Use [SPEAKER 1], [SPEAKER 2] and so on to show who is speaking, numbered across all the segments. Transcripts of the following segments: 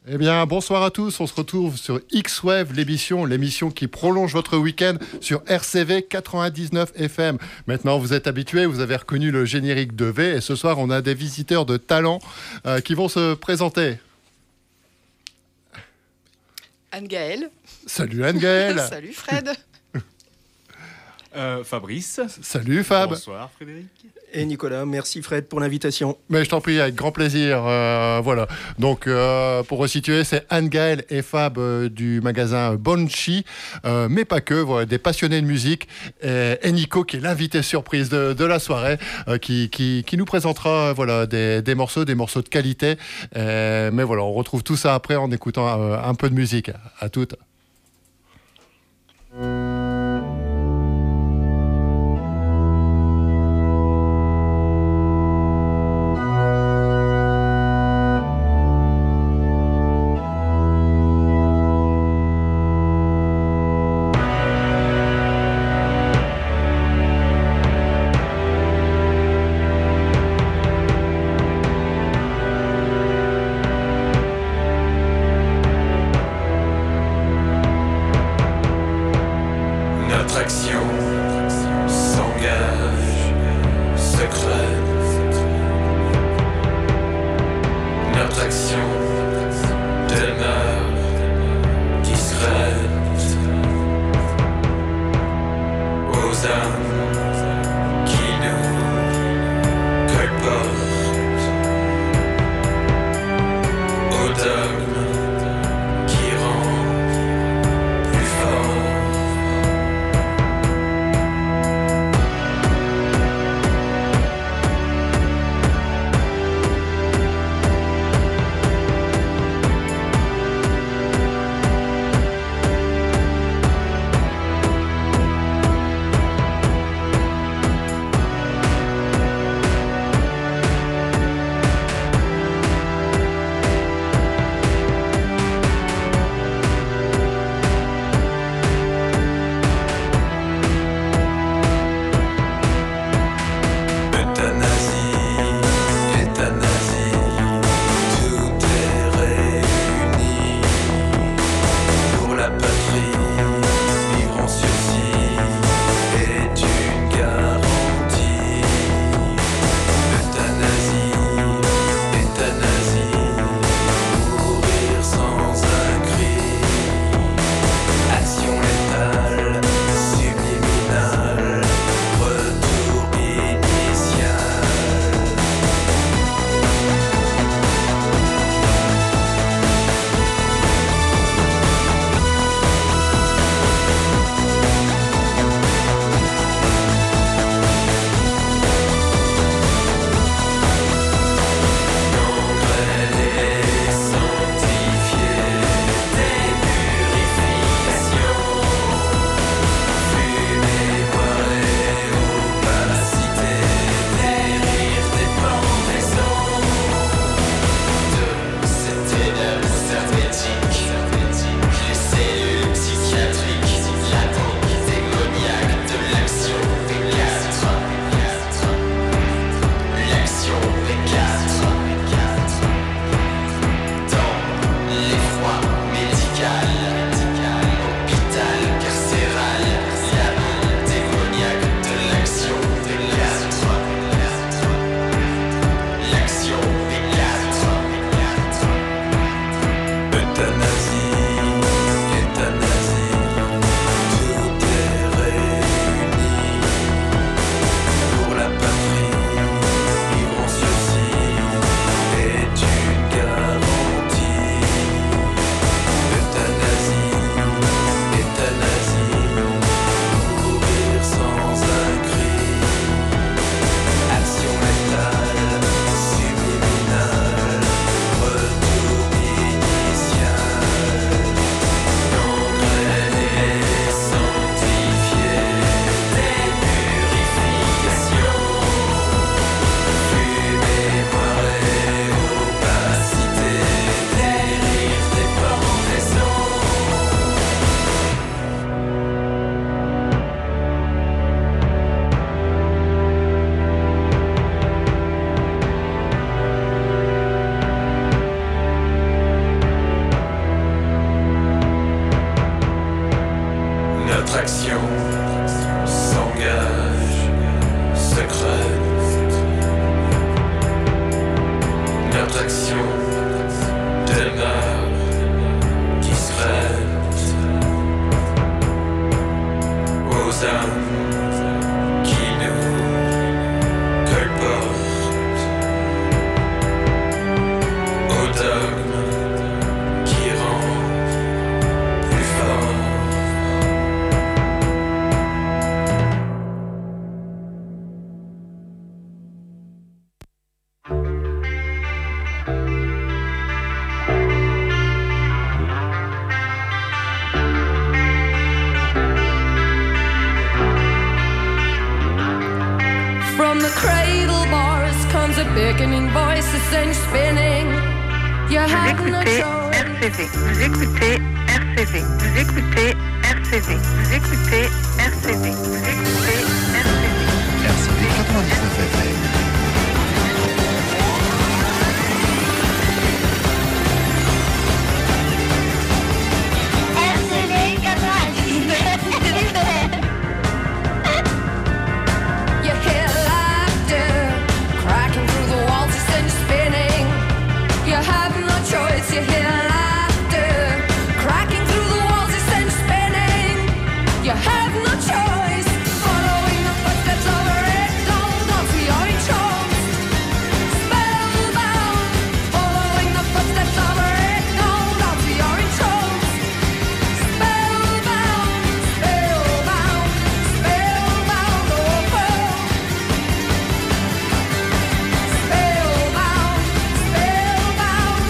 [SPEAKER 1] Eh bien, bonsoir à tous. On se retrouve sur X-Wave, l'émission qui prolonge votre week-end sur RCV 99 FM. Maintenant, vous êtes habitués, vous avez reconnu le générique de V. Et ce soir, on a des visiteurs de talent qui vont se présenter.
[SPEAKER 2] Anne-Gaëlle.
[SPEAKER 1] Salut Anne-Gaëlle.
[SPEAKER 2] Salut Fred.
[SPEAKER 3] Fabrice.
[SPEAKER 1] Salut Fab.
[SPEAKER 3] Bonsoir Frédéric.
[SPEAKER 4] Et Nicolas, merci Fred pour l'invitation.
[SPEAKER 1] Mais je t'en prie, avec grand plaisir. Voilà. Donc, pour resituer, c'est Anne-Gaëlle et Fab du magasin Bonchi, mais pas que, voilà, des passionnés de musique. Et Nico, qui est l'invité surprise de la soirée, qui nous présentera voilà, des morceaux de qualité. Mais voilà, on retrouve tout ça après en écoutant un peu de musique. À toutes.
[SPEAKER 3] Notre action s'engage secrète. Notre action demeure discrète. Aux âmes qui nous colportent, au dogme qui rend plus fort.
[SPEAKER 5] From the cradle bars comes a beckoning voice, a cinch spinning. You have no choice.
[SPEAKER 6] RCV, vous écoutez RCV, vous écoutez RCV, vous écoutez RCV, vous écoutez RCV.
[SPEAKER 7] RCV 99 FM.
[SPEAKER 5] You hear laughter cracking through the walls, a cinch spinning. You have no choice. You hear laughter cracking through the walls, a cinch spinning. You have no choice. Following the footsteps of a red dawn, dance we are entranced, spellbound. Following the footsteps of a red dawn, dance we are entranced, spellbound, spellbound, spellbound. Oh, oh. Spellbound, spellbound,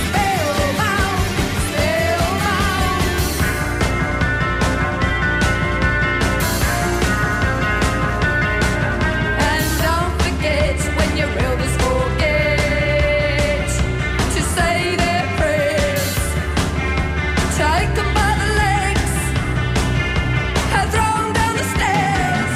[SPEAKER 5] spellbound, spellbound. And don't forget when your elders forget to say their prayers. Take them by the legs and throw them down the stairs.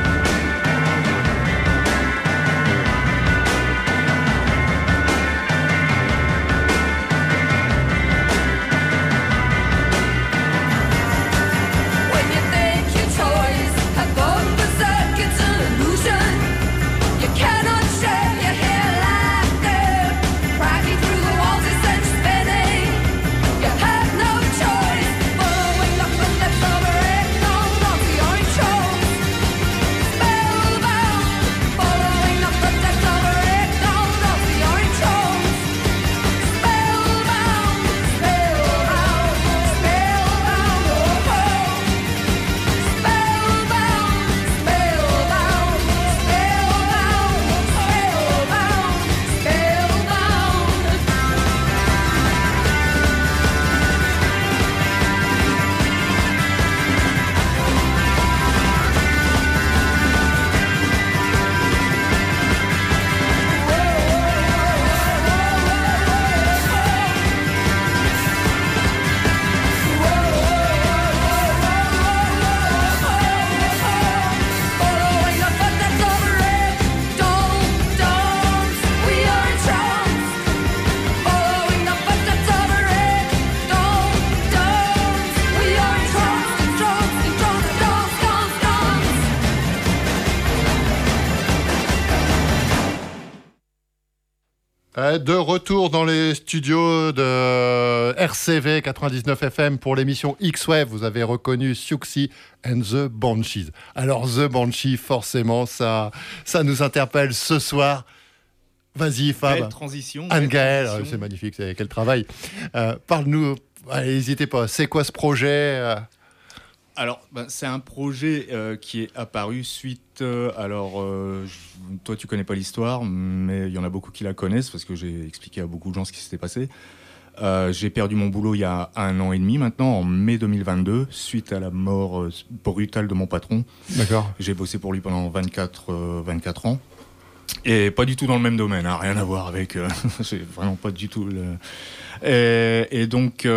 [SPEAKER 5] When you think your toys have gone berserk, it's an illusion. You cannot share. You hear laughter cracking through the walls, it's and spinning. You have no choice. Following the footsteps of a red dawn, dance the orange shows. Spellbound. Following the footsteps of a red dawn, dance the orange shows. Spellbound, spellbound, spellbound. Oh, oh. Spellbound, spellbound, spellbound, Following the footsteps of a red dawn, dance, we are entranced. Following the footsteps of a red dawn, dance, we are entranced, entranced, entranced, dance, dance, dance.
[SPEAKER 1] De retour dans les studios de RCV 99 FM pour l'émission X-Wave. Vous avez reconnu Siouxsie and the Banshees. Alors The Banshees, forcément, ça nous interpelle ce soir. Vas-y Fab.
[SPEAKER 8] Belle transition.
[SPEAKER 1] Anne-Gaëlle, c'est magnifique, quel travail. Parle-nous, allez, n'hésitez pas, c'est quoi ce projet
[SPEAKER 8] Alors, c'est un projet qui est apparu suite. Toi, tu connais pas l'histoire, mais il y en a beaucoup qui la connaissent parce que j'ai expliqué à beaucoup de gens ce qui s'était passé. J'ai perdu mon boulot il y a 1 an et demi maintenant, en mai 2022, suite à la mort brutale de mon patron.
[SPEAKER 1] D'accord.
[SPEAKER 8] J'ai bossé pour lui pendant 24 ans. Et pas du tout dans le même domaine, hein, rien à voir avec. C'est vraiment pas du tout. Et donc,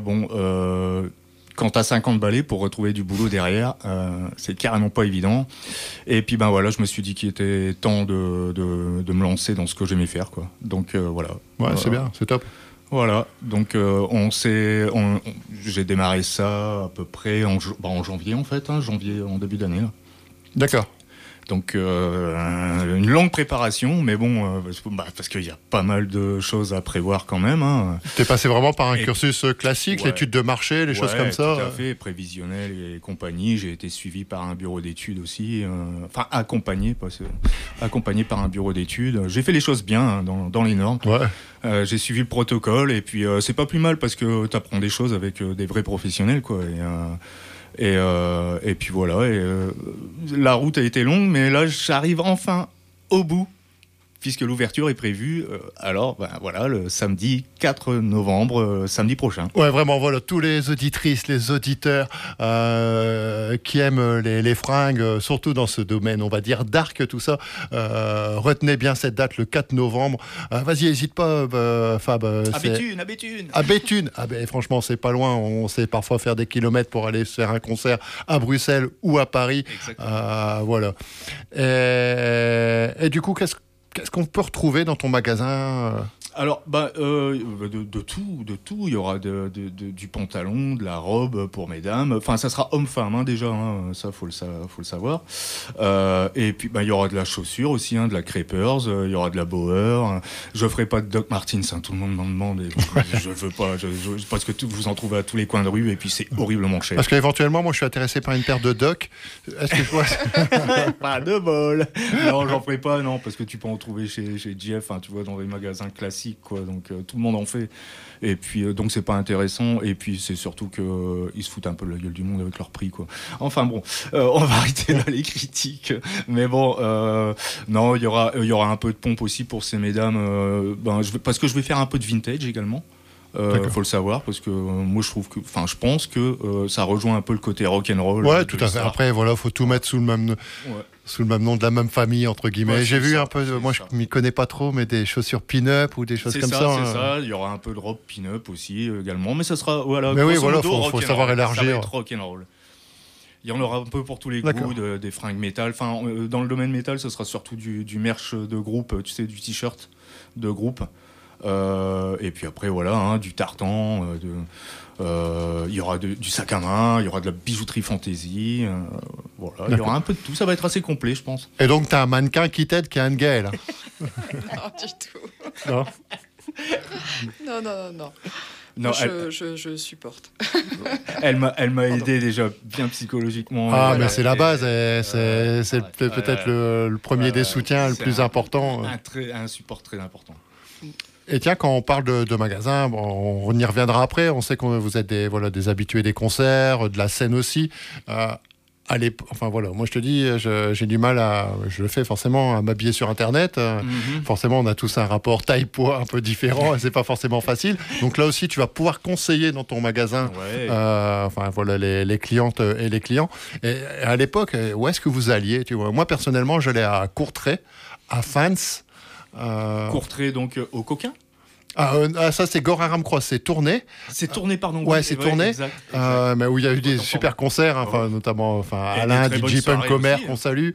[SPEAKER 8] quand t'as 50 balais pour retrouver du boulot derrière, c'est carrément pas évident. Et puis voilà, je me suis dit qu'il était temps de me lancer dans ce que j'aimais faire, quoi. Donc voilà.
[SPEAKER 1] Ouais, c'est bien, c'est top.
[SPEAKER 8] Voilà, donc j'ai démarré ça à peu près en janvier en fait, janvier en début d'année. Là.
[SPEAKER 1] D'accord.
[SPEAKER 8] Donc une longue préparation, mais bon, parce qu'il y a pas mal de choses à prévoir quand même. Hein.
[SPEAKER 1] T'es passé vraiment par un cursus classique,
[SPEAKER 8] ouais.
[SPEAKER 1] l'étude de marché, les choses comme ça.
[SPEAKER 8] Tout à fait, prévisionnel et compagnie. J'ai été suivi par un bureau d'études aussi, accompagné par un bureau d'études. J'ai fait les choses bien dans les normes.
[SPEAKER 1] Ouais.
[SPEAKER 8] J'ai suivi le protocole et puis c'est pas plus mal parce que t'apprends des choses avec des vrais professionnels, quoi. Et puis voilà, la route a été longue, mais là j'arrive enfin au bout, puisque l'ouverture est prévue, le samedi 4 novembre, samedi prochain.
[SPEAKER 1] Ouais, vraiment, voilà, tous les auditrices, les auditeurs qui aiment les fringues, surtout dans ce domaine, on va dire, d'arc, tout ça, retenez bien cette date, le 4 novembre. Vas-y, n'hésite pas, Fab.
[SPEAKER 8] À Béthune.
[SPEAKER 1] À Béthune. Ah ben, franchement, c'est pas loin. On sait parfois faire des kilomètres pour aller faire un concert à Bruxelles ou à Paris. Voilà. Et du coup, qu'est-ce qu'on peut retrouver dans ton magasin ?
[SPEAKER 8] Alors, de tout. Il y aura du pantalon, de la robe pour mesdames. Enfin, ça sera homme-femme déjà. Ça, faut le savoir. Et puis, il y aura de la chaussure aussi, de la Crepers. Il y aura de la Bauer. Je ferai pas de Doc Martens. Tout le monde m'en demande. Et je veux pas. Parce que vous en trouvez à tous les coins de rue. Et puis, c'est horriblement cher.
[SPEAKER 1] Parce qu'éventuellement, moi, je suis intéressé par une paire de Doc. Est-ce que je vois
[SPEAKER 8] Pas de bol. Non, j'en ferai pas. Non, parce que tu peux en trouver chez GF. Tu vois, dans les magasins classiques. Quoi, donc tout le monde en fait et puis donc c'est pas intéressant et puis c'est surtout que ils se foutent un peu de la gueule du monde avec leur prix quoi. Enfin bon, on va arrêter là les critiques, mais bon non, il y aura un peu de pompe aussi pour ces mesdames parce que je vais faire un peu de vintage également. Faut le savoir parce que moi je pense que ça rejoint un peu le côté rock'n'roll.
[SPEAKER 1] Ouais, tout à fait. Après voilà, faut tout mettre sous le même nom de la même famille entre guillemets. Ouais, j'ai vu un peu, moi je m'y connais pas trop, mais des chaussures pin-up ou des choses comme ça.
[SPEAKER 8] C'est ça. Il y aura un peu de robe pin-up aussi également, mais ça sera
[SPEAKER 1] Mais oui, voilà, faut savoir élargir.
[SPEAKER 8] Ça va être rock'n'roll. Il y en aura un peu pour tous les goûts, des fringues métal. Enfin, dans le domaine métal, ce sera surtout du merch de groupe, tu sais, du t-shirt de groupe. Et puis après voilà du tartan, il y aura du sac à main, il y aura de la bijouterie fantasy, il y aura un peu de tout, ça va être assez complet je pense.
[SPEAKER 1] Et donc t'as un mannequin qui t'aide qui est Anne-Gaëlle.
[SPEAKER 2] Non du tout.
[SPEAKER 1] Non.
[SPEAKER 2] Non.
[SPEAKER 1] Non,
[SPEAKER 2] je supporte.
[SPEAKER 8] Elle m'a aidé déjà bien psychologiquement.
[SPEAKER 1] Mais c'est la base, c'est peut-être le premier des soutiens le plus important.
[SPEAKER 8] Un support très important.
[SPEAKER 1] Et tiens, quand on parle de magasins, on y reviendra après. On sait que vous êtes des habitués des concerts, de la scène aussi. Moi je te dis, j'ai du mal je le fais forcément à m'habiller sur Internet. Forcément, on a tous un rapport taille-poids un peu différent et c'est pas forcément facile. Donc là aussi, tu vas pouvoir conseiller dans ton magasin, les clientes et les clients. Et à l'époque, où est-ce que vous alliez, tu vois ? Moi personnellement, j'allais à Courtrai, à Fans.
[SPEAKER 8] Courtrai donc au Coquin.
[SPEAKER 1] Ça c'est Gore Aram Cross, c'est Tournai.
[SPEAKER 8] C'est Tournai, pardon.
[SPEAKER 1] Ouais, c'est Tournai. Exact. Mais où il y a eu des super concerts, notamment Alain, DJ Punk Commerce, qu'on salue.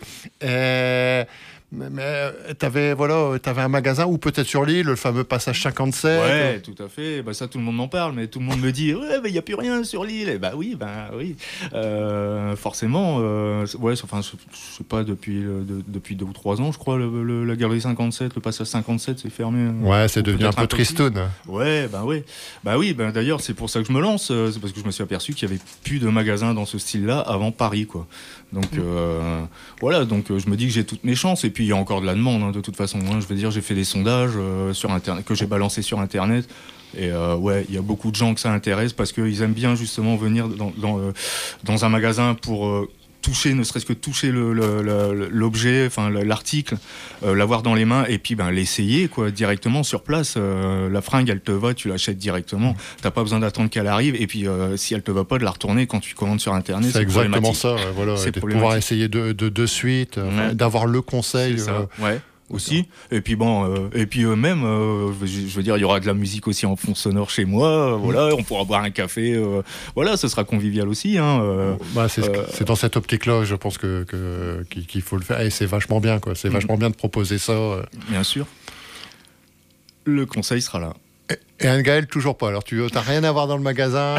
[SPEAKER 1] Mais t'avais un magasin ou peut-être sur l'île, le fameux passage 57.
[SPEAKER 8] Ouais, tout à fait. Ça, tout le monde m'en parle, mais tout le monde me dit il n'y a plus rien sur l'île. Et oui. Forcément, je sais pas, depuis 2 ou 3 ans, je crois, la galerie 57, le passage 57, c'est fermé.
[SPEAKER 1] Ouais, c'est devenu un peu tristoun.
[SPEAKER 8] Ouais, d'ailleurs, c'est pour ça que je me lance. C'est parce que je me suis aperçu qu'il n'y avait plus de magasins dans ce style-là avant Paris, quoi. Donc, donc je me dis que j'ai toutes mes chances. Et puis, il y a encore de la demande, de toute façon. Je veux dire, j'ai fait des sondages sur Internet, que j'ai balancés sur Internet. Et il y a beaucoup de gens que ça intéresse parce qu'ils aiment bien justement venir dans un magasin pour toucher, ne serait-ce que toucher l'objet, l'article, l'avoir dans les mains et puis l'essayer directement sur place. La fringue, elle te va, tu l'achètes directement. T'as pas besoin d'attendre qu'elle arrive. Et puis si elle te va pas, de la retourner quand tu commandes sur Internet.
[SPEAKER 1] C'est exactement ça. C'est de pouvoir essayer de suite, d'avoir le conseil.
[SPEAKER 8] Aussi, et puis même je veux dire, il y aura de la musique aussi en fond sonore chez moi, on pourra boire un café, ce sera convivial aussi,
[SPEAKER 1] c'est dans cette optique là je pense qu'il faut le faire et c'est vachement bien, quoi. C'est vachement bien de proposer ça.
[SPEAKER 8] Bien sûr, le conseil sera là.
[SPEAKER 1] Et Anne-Gaëlle, toujours pas. Alors, tu n'as rien à voir dans le magasin.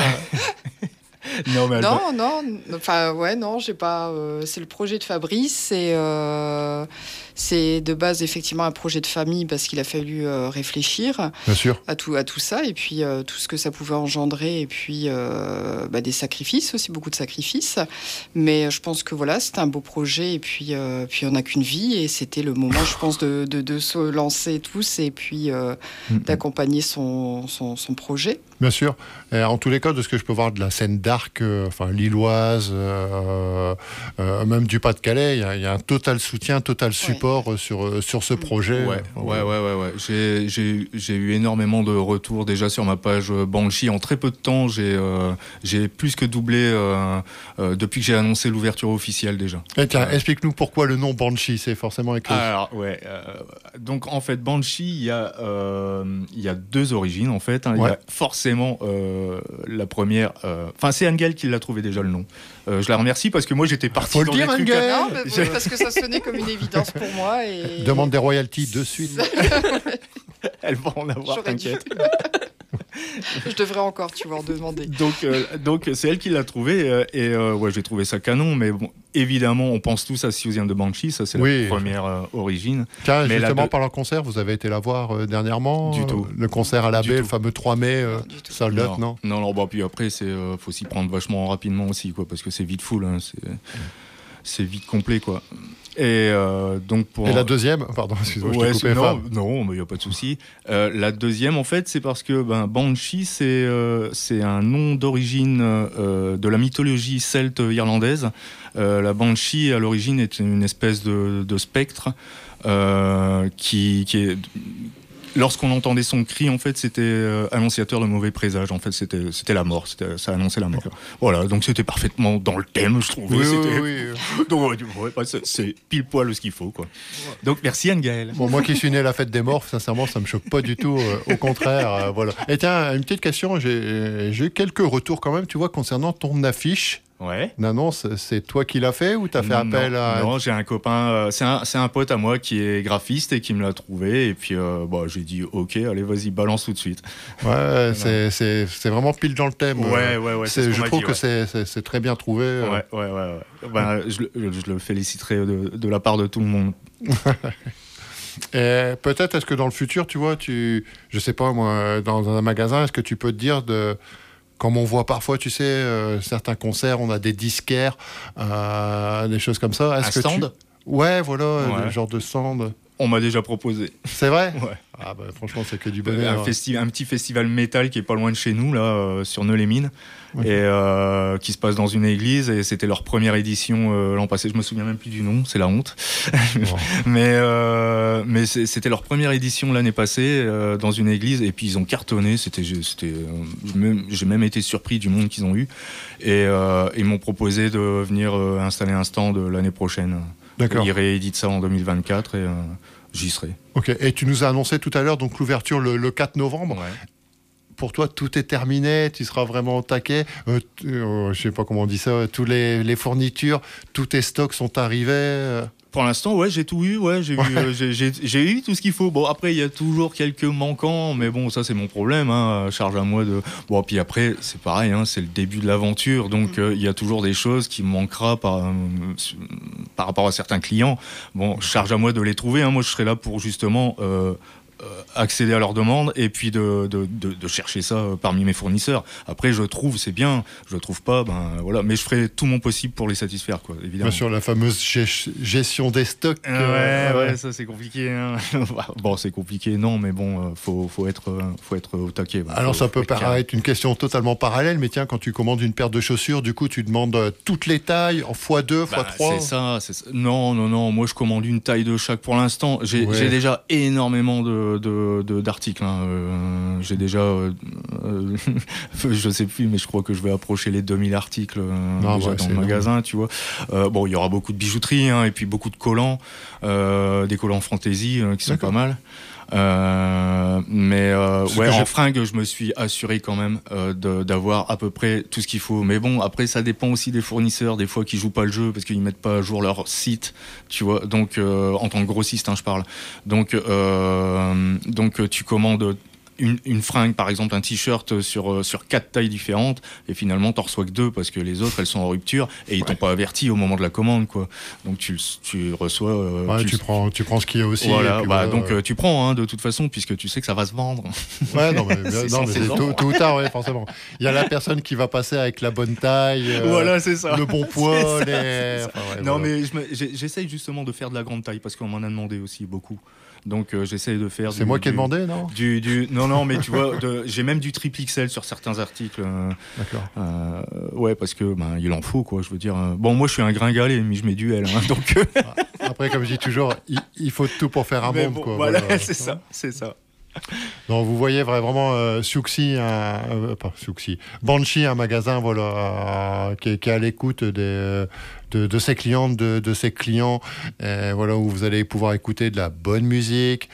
[SPEAKER 8] Non, mais
[SPEAKER 2] Non, j'ai pas. C'est le projet de Fabrice. C'est de base effectivement un projet de famille parce qu'il a fallu réfléchir
[SPEAKER 1] Bien sûr.
[SPEAKER 2] à tout ça et puis tout ce que ça pouvait engendrer et puis des sacrifices aussi, beaucoup de sacrifices. Mais je pense que voilà, c'était un beau projet et puis on n'a qu'une vie et c'était le moment, je pense, de se lancer tous et puis d'accompagner son projet.
[SPEAKER 1] Bien sûr. Et en tous les cas, de ce que je peux voir de la scène d'Arc, lilloise, même du Pas-de-Calais, il y a un total soutien, total support sur ce projet.
[SPEAKER 8] Ouais. J'ai eu énormément de retours déjà sur ma page Banshee. En très peu de temps, j'ai plus que doublé depuis que j'ai annoncé l'ouverture officielle déjà.
[SPEAKER 1] Et tiens, explique-nous pourquoi le nom Banshee, c'est forcément avec le...
[SPEAKER 8] Alors, donc en fait, Banshee, il y a deux origines en fait. Il y a forcément la première... c'est Anne-Gaëlle qui l'a trouvé déjà le nom. Je la remercie parce que moi j'étais parti
[SPEAKER 1] Faut le
[SPEAKER 8] dans
[SPEAKER 1] dire,
[SPEAKER 8] des trucs...
[SPEAKER 1] Anne-Gaëlle.
[SPEAKER 2] Non, mais parce que ça sonnait comme une évidence pour moi. Et...
[SPEAKER 1] Demande des royalties de suite.
[SPEAKER 8] Elle va en avoir,
[SPEAKER 2] J'aurais dû.
[SPEAKER 8] t'inquiète.
[SPEAKER 2] Je devrais encore, tu vas en demander.
[SPEAKER 8] Donc c'est elle qui l'a trouvé j'ai trouvé ça canon, mais bon, évidemment on pense tous à Susan de Banshee, ça c'est la première origine.
[SPEAKER 1] Tiens,
[SPEAKER 8] mais
[SPEAKER 1] justement, parlant concert, vous avez été la voir dernièrement.
[SPEAKER 8] Du tout.
[SPEAKER 1] Le concert à la baie, le
[SPEAKER 8] tout.
[SPEAKER 1] fameux 3 mai, sold out, non?
[SPEAKER 8] Non, puis après faut s'y prendre vachement rapidement aussi, quoi, parce que c'est vite full, hein, c'est vite complet, quoi. Et donc pour...
[SPEAKER 1] Et la deuxième, pardon, excuse-moi, je t'ai coupé.
[SPEAKER 8] Non, mais il n'y a pas de souci. La deuxième, en fait, c'est parce que Banshee, c'est un nom d'origine de la mythologie celte irlandaise. La Banshee, à l'origine, est une espèce de spectre qui est... Lorsqu'on entendait son cri, en fait, c'était annonciateur de mauvais présages. En fait, c'était la mort. Ça annonçait la mort.
[SPEAKER 1] D'accord.
[SPEAKER 8] Voilà, donc c'était parfaitement dans le thème, je trouvais.
[SPEAKER 1] Oui.
[SPEAKER 8] Donc, c'est pile poil ce qu'il faut, quoi. Donc, merci Anne-Gaëlle.
[SPEAKER 1] Bon, moi qui suis né à la fête des morts, sincèrement, ça me choque pas du tout. Au contraire, voilà. Et tiens, une petite question. J'ai eu quelques retours quand même, tu vois, concernant ton affiche.
[SPEAKER 8] Ouais.
[SPEAKER 1] L'annonce, c'est toi qui l'as fait ou t'as fait appel à...
[SPEAKER 8] Non, j'ai un copain, c'est un pote à moi qui est graphiste et qui me l'a trouvé. Et puis, j'ai dit, ok, allez, vas-y, balance tout de suite.
[SPEAKER 1] Ouais, c'est vraiment pile dans le thème.
[SPEAKER 8] Ouais.
[SPEAKER 1] Je trouve que c'est très bien trouvé.
[SPEAKER 8] Ouais. Je le féliciterai de la part de tout le monde.
[SPEAKER 1] Et peut-être, est-ce que dans le futur, tu vois, je sais pas moi, dans un magasin, est-ce que tu peux te dire comme on voit parfois, tu sais, certains concerts, on a des disquaires, des choses comme ça.
[SPEAKER 8] Un stand ?
[SPEAKER 1] Ouais, voilà, le genre de stand.
[SPEAKER 8] On m'a déjà proposé.
[SPEAKER 1] C'est vrai ?
[SPEAKER 8] Ouais.
[SPEAKER 1] Ah bah franchement, c'est que du bonheur.
[SPEAKER 8] Un petit festival métal qui est pas loin de chez nous, là, sur Neu-les-Mines, et qui se passe dans une église, et c'était leur première édition l'an passé. Je me souviens même plus du nom, c'est la honte. Mais c'était leur première édition l'année passée dans une église, et puis ils ont cartonné. J'ai même été surpris du monde qu'ils ont eu, et ils m'ont proposé de venir installer un stand l'année prochaine.
[SPEAKER 1] D'accord.
[SPEAKER 8] Ils rééditent ça en 2024 et j'y serai.
[SPEAKER 1] Ok, et tu nous as annoncé tout à l'heure donc l'ouverture le 4 novembre.
[SPEAKER 8] Ouais.
[SPEAKER 1] Pour toi, tout est terminé, tu seras vraiment au taquet. Je sais pas comment on dit ça, tous les fournitures, tous tes stocks sont arrivés.
[SPEAKER 8] Pour l'instant, j'ai tout eu, j'ai eu tout ce qu'il faut. Bon, après, il y a toujours quelques manquants, mais bon, ça, c'est mon problème, hein. Charge à moi de... Bon, puis après, c'est pareil, hein, c'est le début de l'aventure, donc il y a toujours des choses qui me manquera par rapport à certains clients. Bon, charge à moi de les trouver, hein. Moi, je serai là pour justement... accéder à leurs demandes et puis de chercher ça parmi mes fournisseurs. Après, je trouve, c'est bien. Je trouve pas, voilà. Mais je ferai tout mon possible pour les satisfaire, quoi, évidemment.
[SPEAKER 1] Bien sûr, la fameuse gestion des stocks.
[SPEAKER 8] Ouais, ça c'est compliqué. Hein. Bon, c'est compliqué, non, mais bon, faut être au taquet.
[SPEAKER 1] Alors, ça peut paraître une question totalement parallèle, mais tiens, quand tu commandes une paire de chaussures, du coup, tu demandes toutes les tailles en x2, x3.
[SPEAKER 8] C'est ça. Non. Moi, je commande une taille de chaque. Pour l'instant, j'ai déjà énormément d'articles. Hein. J'ai déjà, je sais plus, mais je crois que je vais approcher les 2000 articles dans le magasin, tu vois. Bon, il y aura beaucoup de bijouterie, hein, et puis beaucoup de collants, des collants fantaisie qui sont pas mal. En fringues, je me suis assuré quand même d'avoir à peu près tout ce qu'il faut. Mais bon, après, ça dépend aussi des fournisseurs, des fois qui jouent pas le jeu parce qu'ils mettent pas à jour leur site, tu vois. Donc, en tant que grossiste, hein, je parle. Donc, tu commandes une fringue, par exemple un t-shirt sur 4 tailles différentes, et finalement t'en reçois que 2 parce que les autres elles sont en rupture et ils t'ont pas averti au moment de la commande, quoi. Donc tu reçois.
[SPEAKER 1] Tu prends ce qu'il y a aussi.
[SPEAKER 8] Voilà,
[SPEAKER 1] puis
[SPEAKER 8] donc tu prends de toute façon puisque tu sais que ça va se vendre.
[SPEAKER 1] Ouais, non, mais,
[SPEAKER 8] C'est
[SPEAKER 1] non, mais
[SPEAKER 8] censé
[SPEAKER 1] c'est
[SPEAKER 8] se vendre.
[SPEAKER 1] tôt ou tard, ouais, forcément. Il y a la personne qui va passer avec la bonne taille,
[SPEAKER 8] Voilà, c'est ça.
[SPEAKER 1] le bon poids.
[SPEAKER 8] C'est ça,
[SPEAKER 1] Enfin, ouais,
[SPEAKER 8] non,
[SPEAKER 1] voilà.
[SPEAKER 8] mais j'essaye justement de faire de la grande taille parce qu'on m'en a demandé aussi beaucoup. Donc j'essaye de faire.
[SPEAKER 1] C'est moi qui ai demandé, non?
[SPEAKER 8] Non, mais tu vois, j'ai même du triple XL sur certains articles.
[SPEAKER 1] D'accord.
[SPEAKER 8] Ouais, parce que il en faut, quoi. Je veux dire. Bon, moi, je suis un gringalet, mais je mets du L. Donc.
[SPEAKER 1] Après, comme je dis toujours, il faut tout pour faire un
[SPEAKER 8] mais
[SPEAKER 1] monde,
[SPEAKER 8] bon,
[SPEAKER 1] quoi.
[SPEAKER 8] voilà,
[SPEAKER 1] Voilà.
[SPEAKER 8] c'est ça.
[SPEAKER 1] Donc vous voyez vraiment Siouxsie, pas Siouxsie, Banshee, un magasin qui est à l'écoute de ses clientes, de ses clients, voilà, où vous allez pouvoir écouter de la bonne musique,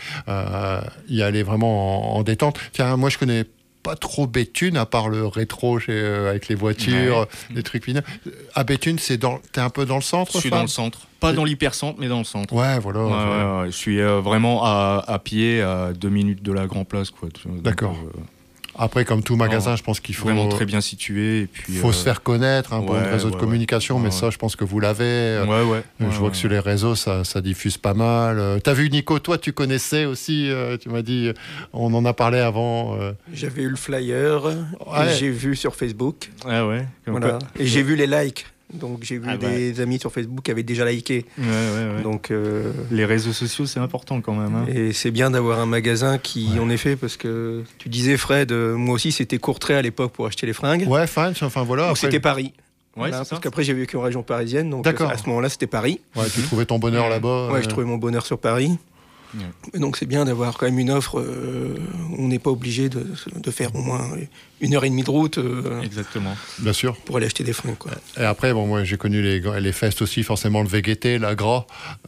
[SPEAKER 1] y aller vraiment en détente. Tiens, moi je connais pas trop Béthune, à part le rétro avec les voitures, les trucs finaux. À Béthune, t'es un peu dans le centre?
[SPEAKER 8] Je suis
[SPEAKER 1] Fab
[SPEAKER 8] dans le centre. Pas dans l'hypercentre, mais dans le centre.
[SPEAKER 1] Ouais, voilà.
[SPEAKER 8] Ouais. Je suis vraiment à pied, à 2 minutes de la Grand Place, quoi. Donc,
[SPEAKER 1] D'accord. Après, comme tout magasin, je pense qu'il faut
[SPEAKER 8] vraiment très bien situé. Et puis,
[SPEAKER 1] faut se faire connaître pour une réseau de communication, mais ça, je pense que vous l'avez. Je vois que sur les réseaux, ça diffuse pas mal. T'as vu, Nico, toi, tu connaissais aussi, tu m'as dit, on en a parlé avant.
[SPEAKER 4] J'avais eu le flyer,
[SPEAKER 1] Ouais.
[SPEAKER 4] j'ai vu sur Facebook,
[SPEAKER 8] Ah ouais.
[SPEAKER 4] voilà. Et j'ai vu les likes. Donc j'ai vu des amis sur Facebook qui avaient déjà liké.
[SPEAKER 8] Ouais.
[SPEAKER 4] Donc
[SPEAKER 8] les réseaux sociaux, c'est important quand même. Hein.
[SPEAKER 4] et c'est bien d'avoir un magasin qui, en effet, parce que tu disais, Fred, moi aussi c'était Courtrai à l'époque pour acheter les fringues.
[SPEAKER 1] Ouais, enfin voilà.
[SPEAKER 4] Donc
[SPEAKER 1] Après,
[SPEAKER 4] c'était Paris.
[SPEAKER 8] Ouais,
[SPEAKER 4] Voilà,
[SPEAKER 8] c'est ça.
[SPEAKER 4] parce qu'après j'ai vécu en région parisienne, donc
[SPEAKER 1] D'accord.
[SPEAKER 4] à ce moment-là c'était Paris.
[SPEAKER 1] ouais, tu trouvais ton bonheur là-bas.
[SPEAKER 4] Ouais, je trouvais mon bonheur sur Paris.
[SPEAKER 8] Ouais.
[SPEAKER 4] Et donc c'est bien d'avoir quand même une offre où on n'est pas obligé de faire au moins 1h30 de route
[SPEAKER 8] Exactement.
[SPEAKER 1] Bien sûr.
[SPEAKER 4] pour aller acheter des fringues, quoi.
[SPEAKER 1] Et après, moi, j'ai connu les festes aussi, forcément le VGT, la Gras.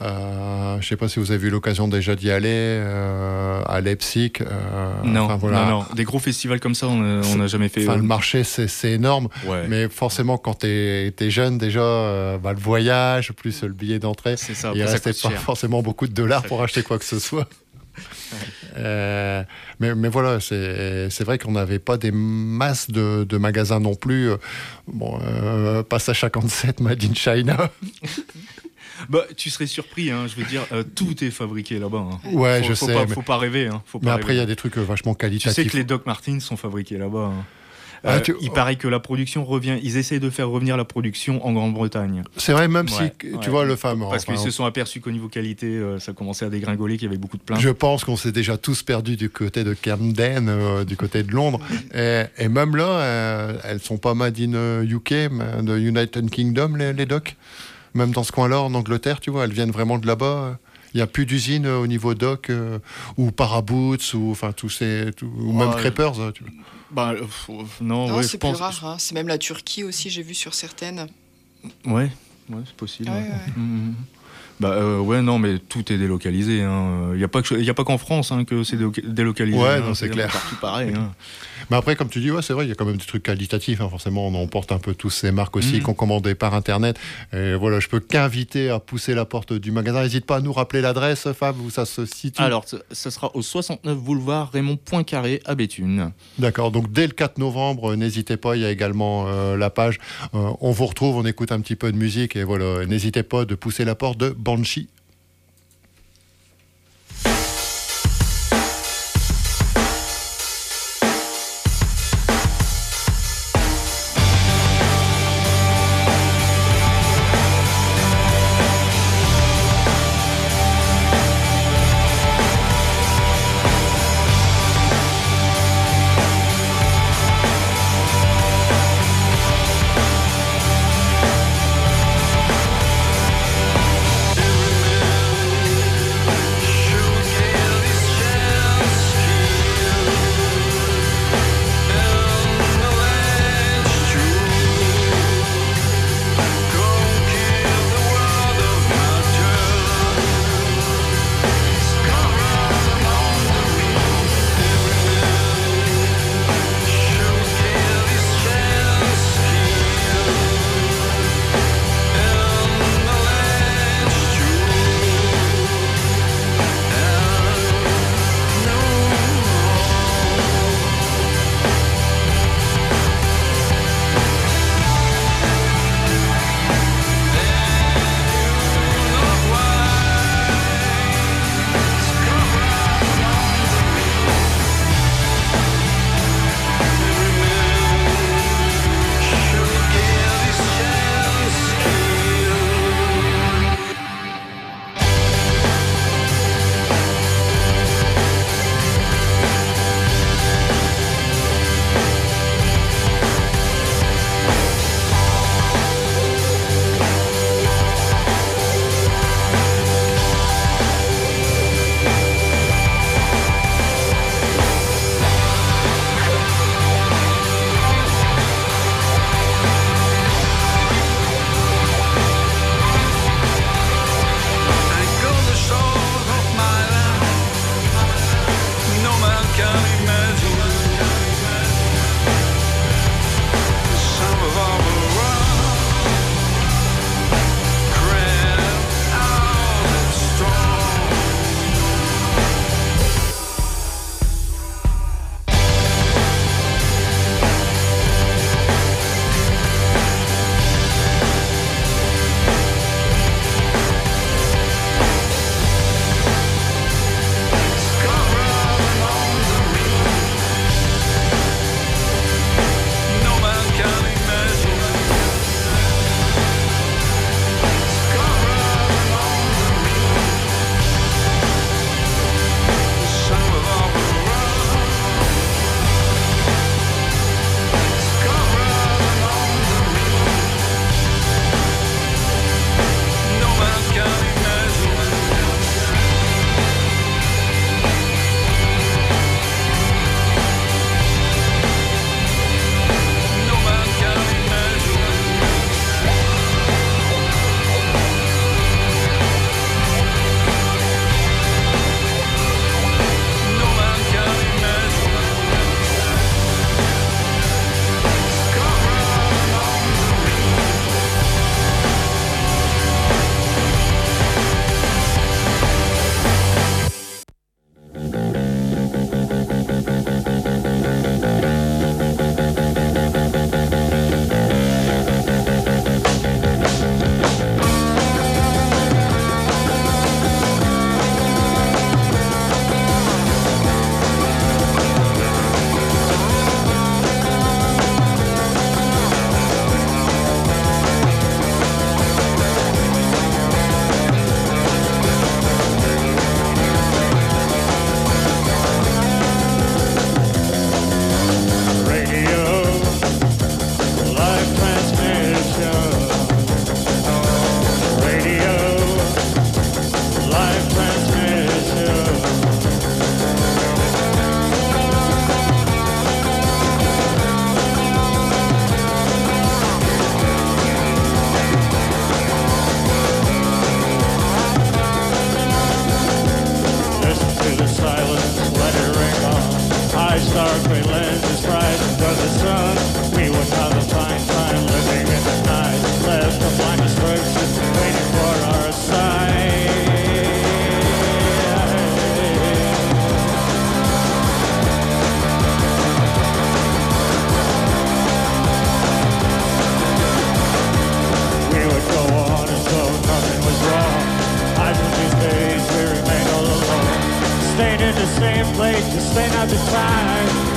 [SPEAKER 1] Je sais pas si vous avez eu l'occasion déjà d'y aller à Leipzig.
[SPEAKER 8] Non,
[SPEAKER 1] enfin, voilà.
[SPEAKER 8] non. Des gros festivals comme ça, on n'a jamais fait.
[SPEAKER 1] Enfin, le marché, c'est énorme.
[SPEAKER 8] Ouais.
[SPEAKER 1] Mais forcément, quand t'es jeune, déjà, le voyage, plus le billet d'entrée,
[SPEAKER 8] C'est ça.
[SPEAKER 1] il
[SPEAKER 8] après, ça
[SPEAKER 1] restait
[SPEAKER 8] coûte
[SPEAKER 1] pas
[SPEAKER 8] cher.
[SPEAKER 1] forcément beaucoup de dollars pour acheter quoi que ce soit. Mais voilà, c'est vrai qu'on n'avait pas des masses de magasins non plus. Passage 57, Made in China.
[SPEAKER 8] Tu serais surpris, hein, je veux dire, tout est fabriqué là-bas. Hein.
[SPEAKER 1] Ouais,
[SPEAKER 8] Faut
[SPEAKER 1] je sais.
[SPEAKER 8] Pas,
[SPEAKER 1] mais
[SPEAKER 8] faut pas rêver. Hein. Faut pas
[SPEAKER 1] mais après, il y
[SPEAKER 8] rêver.
[SPEAKER 1] a des trucs vachement
[SPEAKER 8] Tu
[SPEAKER 1] qualitatifs.
[SPEAKER 8] sais que les Doc Martens sont fabriqués là-bas. Hein. Il
[SPEAKER 1] Oh.
[SPEAKER 8] paraît que la production revient. Ils essayent de faire revenir la production en Grande-Bretagne.
[SPEAKER 1] C'est vrai, même
[SPEAKER 8] Ouais,
[SPEAKER 1] si,
[SPEAKER 8] ouais.
[SPEAKER 1] tu vois, le fameux.
[SPEAKER 8] Parce qu'ils se sont aperçus qu'au niveau qualité, ça commençait à dégringoler, qu'il y avait beaucoup de plaintes.
[SPEAKER 1] Je pense qu'on s'est déjà tous perdus du côté de Camden, du côté de Londres. Et même là, elles sont pas made in UK, de United Kingdom, les docs. Même dans ce coin-là, en Angleterre, tu vois, elles viennent vraiment de là-bas. Il n'y a plus d'usine au niveau doc, ou Paraboots, ou enfin ou même Crepers. Tu vois.
[SPEAKER 8] Non,
[SPEAKER 2] Non,
[SPEAKER 8] ouais,
[SPEAKER 2] c'est
[SPEAKER 8] je
[SPEAKER 2] plus
[SPEAKER 8] pense.
[SPEAKER 2] rare. Hein. C'est même la Turquie aussi, j'ai vu sur certaines.
[SPEAKER 8] Ouais, c'est possible.
[SPEAKER 2] Ouais,
[SPEAKER 8] ouais.
[SPEAKER 2] ouais.
[SPEAKER 8] Mhm. Non, mais tout est délocalisé. Il n'y a pas qu'en France que c'est délocalisé.
[SPEAKER 1] Ouais,
[SPEAKER 8] hein,
[SPEAKER 1] non, c'est clair.
[SPEAKER 8] Partout pareil. Hein.
[SPEAKER 1] Mais après, comme tu dis, c'est vrai, il y a quand même des trucs qualitatifs. Forcément, on emporte un peu tous ces marques aussi qu'on commandait par Internet. Et voilà, je peux qu'inviter à pousser la porte du magasin. N'hésite pas à nous rappeler l'adresse, Fab, où ça se situe.
[SPEAKER 8] Alors, ça sera au 69 boulevard Raymond Poincaré à Béthune.
[SPEAKER 1] D'accord, donc dès le 4 novembre, n'hésitez pas, il y a également la page. On vous retrouve, on écoute un petit peu de musique et voilà, n'hésitez pas de pousser la porte de Banshee.
[SPEAKER 3] Every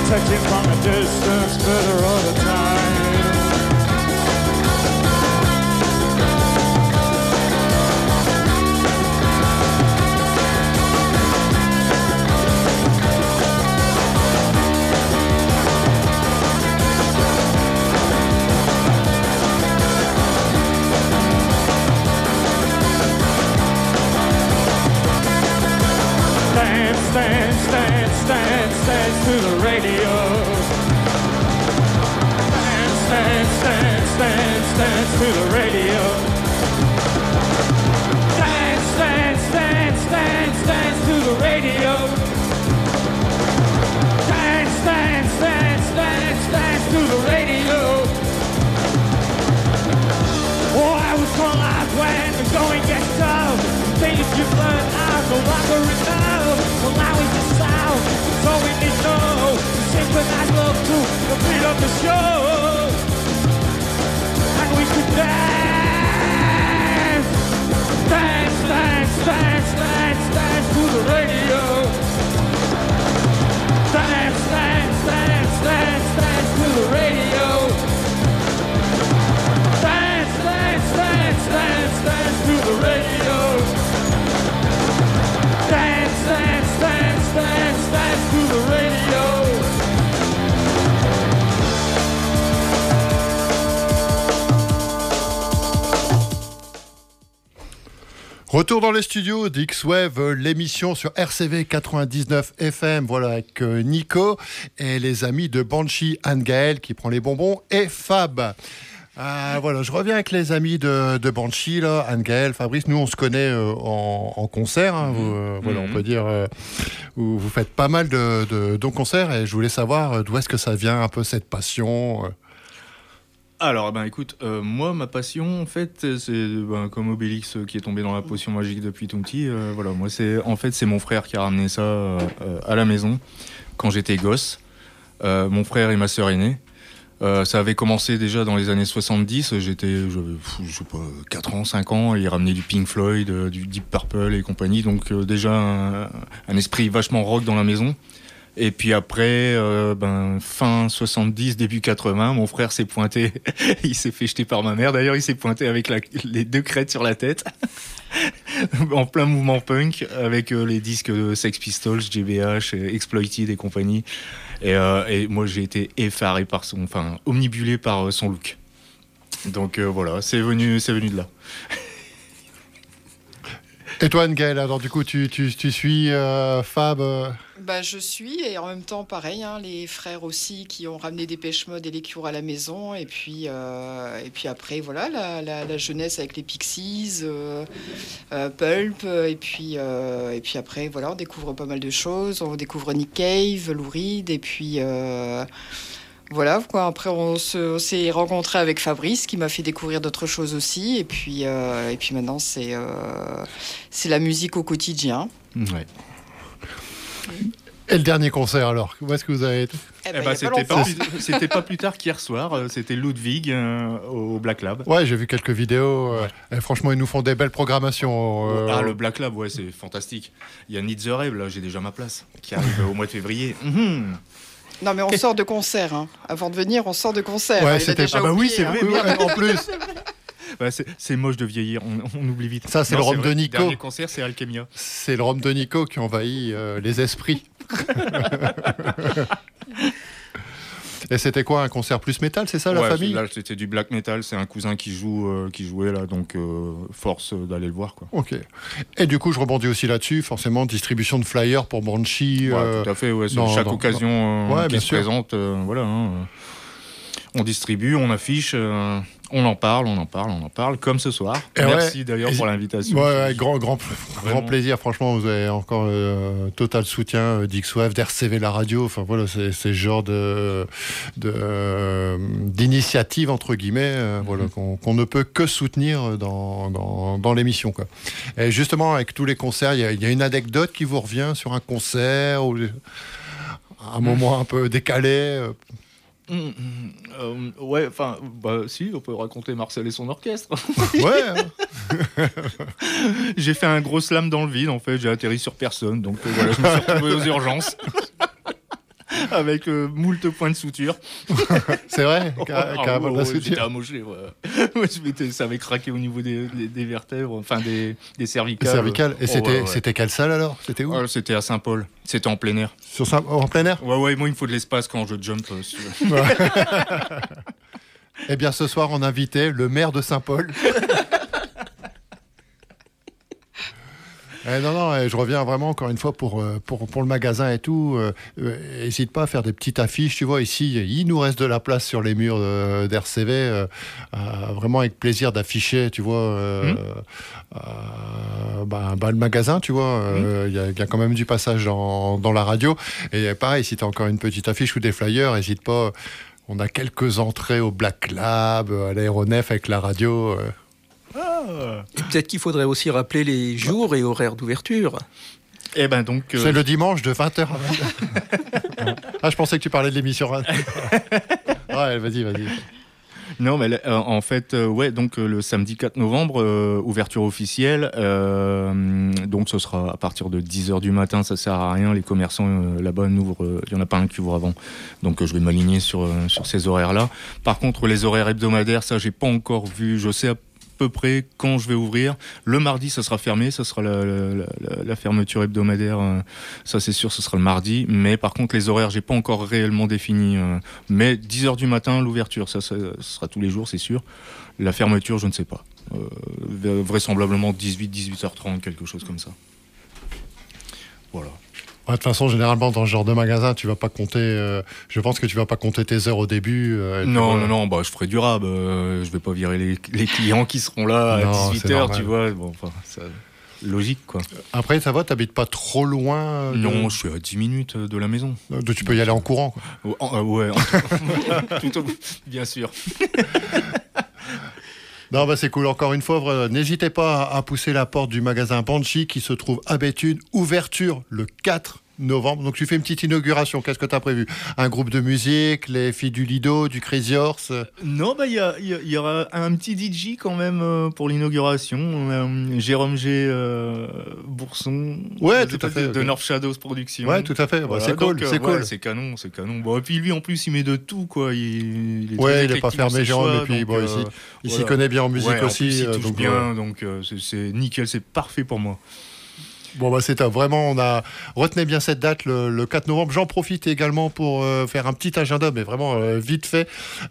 [SPEAKER 9] protecting from a distance, better all the time. Dance to the radio. Dance to the radio. Dance to the radio. Dance to the radio. Oh, I was called out when the going gets tough. Things you learn out no longer enough. Well, now it's the sound. So we need to know to synchronize love to the beat of the show. And we could dance. Dance to the radio. Dance to the radio. Dance to the radio. Dance to the radio.
[SPEAKER 1] Retour dans les studios d'X-Wave, l'émission sur RCV 99 FM, voilà, avec Nico et les amis de Banshee, Anne-Gaëlle qui prend les bonbons et Fab. Voilà, je reviens avec les amis de Banshee, là, Anne-Gaëlle, Fabrice. Nous, on se connaît en concert. Hein, voilà, on peut dire. Vous faites pas mal de concerts et je voulais savoir d'où est-ce que ça vient un peu cette passion.
[SPEAKER 8] Alors, écoute, moi, ma passion, en fait, c'est comme Obélix qui est tombé dans la potion magique depuis tout petit. Voilà, moi, c'est mon frère qui a ramené ça à la maison quand j'étais gosse. Mon frère et ma sœur aînée. Ça avait commencé déjà dans les années 70, j'avais, je sais pas, 4 ans, 5 ans, et il ramenait du Pink Floyd, du Deep Purple et compagnie, donc déjà un esprit vachement rock dans la maison. Et puis après, fin 70, début 80, mon frère s'est pointé, il s'est fait jeter par ma mère, d'ailleurs il s'est pointé avec les 2 crêtes sur la tête, en plein mouvement punk, avec les disques de Sex Pistols, GBH, Exploited et compagnie. Et moi j'ai été effaré omnibulé par son look. Donc voilà, c'est venu de là.
[SPEAKER 1] Et toi, Anne-Gaëlle, alors du coup, tu suis Fab
[SPEAKER 2] Je suis, et en même temps, pareil, hein, les frères aussi qui ont ramené Dépêche Mode et les Cure à la maison. Et puis après, voilà, la jeunesse avec les Pixies, Pulp. Et puis après, voilà, on découvre pas mal de choses. On découvre Nick Cave, Lou Reed, et puis... Voilà, quoi. Après, on s'est rencontrés avec Fabrice, qui m'a fait découvrir d'autres choses aussi. Et puis maintenant, c'est la musique au quotidien.
[SPEAKER 8] Ouais.
[SPEAKER 1] Et le dernier concert, alors, où est-ce que vous avez été ?
[SPEAKER 8] C'était pas plus tard qu'hier soir. C'était Ludwig au Black Lab.
[SPEAKER 1] Ouais, j'ai vu quelques vidéos. Et franchement, ils nous font des belles programmations.
[SPEAKER 8] Le Black Lab, ouais, c'est fantastique. Il y a Need the Rave, là, j'ai déjà ma place, qui arrive au mois de février.
[SPEAKER 2] Non, mais on sort de concert. Hein. Avant de venir, on sort de concert.
[SPEAKER 1] Ouais, c'était
[SPEAKER 2] déjà
[SPEAKER 1] oui, c'est vrai. En plus.
[SPEAKER 8] C'est moche de vieillir, on oublie vite.
[SPEAKER 1] Ça, c'est le rhum de Nico.
[SPEAKER 8] Le dernier concert, c'est Alchemia.
[SPEAKER 1] C'est le rhum de Nico qui envahit les esprits. Et c'était quoi, un concert plus métal, c'est ça, la famille ?
[SPEAKER 8] Là, c'était du black metal, c'est un cousin qui jouait là, donc force d'aller le voir, quoi.
[SPEAKER 1] Ok. Et du coup, je rebondis aussi là-dessus, forcément, distribution de flyers pour Banshee.
[SPEAKER 8] Tout à fait, ouais, chaque occasion qui se présente, voilà. Hein, on distribue, on affiche, on en parle, comme ce soir. Et merci d'ailleurs pour l'invitation.
[SPEAKER 1] Ouais, grand plaisir, franchement, vous avez encore total soutien d'X-Wave, d'RCV la radio, enfin voilà, c'est ce genre d'initiative, entre guillemets, voilà, qu'on ne peut que soutenir dans l'émission, quoi. Et justement, avec tous les concerts, il y a une anecdote qui vous revient sur un concert, ou un moment un peu décalé
[SPEAKER 8] ouais, enfin, si, on peut raconter Marcel et son orchestre.
[SPEAKER 1] Ouais.
[SPEAKER 8] J'ai fait un gros slam dans le vide, en fait, j'ai atterri sur personne, donc voilà, je me suis retrouvé aux urgences. avec moult points de suture.
[SPEAKER 1] C'est vrai, carrément de la
[SPEAKER 8] J'étais
[SPEAKER 1] suture.
[SPEAKER 8] amoché. Ouais. Ça avait craqué au niveau des vertèbres, enfin des cervicales.
[SPEAKER 1] Cervicale. Et
[SPEAKER 8] ouais.
[SPEAKER 1] c'était quelle salle alors? C'était où?
[SPEAKER 8] C'était à Saint-Paul. C'était en plein air.
[SPEAKER 1] En plein air?
[SPEAKER 8] Ouais, moi il me faut de l'espace quand je jump.
[SPEAKER 1] Eh bien, ce soir, on invitait le maire de Saint-Paul. Non, je reviens vraiment encore une fois pour le magasin et tout. N'hésite pas à faire des petites affiches, tu vois. Ici, il nous reste de la place sur les murs d'RCV. Vraiment avec plaisir d'afficher, tu vois, le magasin, tu vois. Il y a quand même du passage dans la radio. Et pareil, si tu as encore une petite affiche ou des flyers, n'hésite pas. On a quelques entrées au Black Lab, à l'aéronef avec la radio.
[SPEAKER 4] Et peut-être qu'il faudrait aussi rappeler les jours et horaires d'ouverture.
[SPEAKER 8] Eh ben donc.
[SPEAKER 1] C'est le dimanche de 20h à 22h. Je pensais que tu parlais de l'émission. Ouais, vas-y.
[SPEAKER 8] Non, mais en fait, donc le samedi 4 novembre, ouverture officielle. Donc ce sera à partir de 10h du matin, ça sert à rien. Les commerçants là-bas n'ouvrent, il n'y en a pas un qui ouvre avant. Donc je vais m'aligner sur ces horaires-là. Par contre, les horaires hebdomadaires, ça, j'ai pas encore vu. Je sais à peu près quand je vais ouvrir. Le mardi, ça sera fermé, ça sera la fermeture hebdomadaire, ça c'est sûr, ce sera le mardi. Mais par contre, les horaires, j'ai pas encore réellement défini. Mais 10h du matin, l'ouverture, ça sera tous les jours, c'est sûr. La fermeture, je ne sais pas. Vraisemblablement 18h30, quelque chose comme ça. Voilà.
[SPEAKER 1] De toute façon, généralement, dans ce genre de magasin, tu vas pas compter. Je pense que tu vas pas compter tes heures au début.
[SPEAKER 8] Non, je ferai du rab. Je vais pas virer les clients qui seront là à 18h, tu vois. Bon, enfin, ça, logique, quoi.
[SPEAKER 1] Après, ça va, t'habites pas trop loin
[SPEAKER 8] Non, je suis à 10 minutes de la maison.
[SPEAKER 1] Tu peux y aller en courant, quoi.
[SPEAKER 8] Ouais, bien sûr.
[SPEAKER 1] Non, c'est cool. Encore une fois, n'hésitez pas à pousser la porte du magasin Banshee qui se trouve à Béthune. Ouverture le 4 novembre. Donc, tu fais une petite inauguration. Qu'est-ce que tu as prévu? Un groupe de musique, les filles du Lido, du Crazy Horse?
[SPEAKER 8] Non, il y aura un petit DJ quand même pour l'inauguration. Jérôme G. Bourson.
[SPEAKER 1] Ouais, tout à fait.
[SPEAKER 8] De North Shadows Productions.
[SPEAKER 1] Ouais, tout à fait.
[SPEAKER 8] Voilà,
[SPEAKER 1] c'est cool.
[SPEAKER 8] Donc,
[SPEAKER 1] c'est cool.
[SPEAKER 8] C'est canon. Bon, et puis lui, en plus, il met de tout, quoi. Il
[SPEAKER 1] n'est pas fermé, Jérôme. Et puis, il s'y connaît bien en musique aussi.
[SPEAKER 8] Il touche bien, donc c'est nickel, c'est parfait pour moi.
[SPEAKER 1] Bon, c'est top. Vraiment, retenez bien cette date, le 4 novembre. J'en profite également pour faire un petit agenda, mais vraiment vite fait.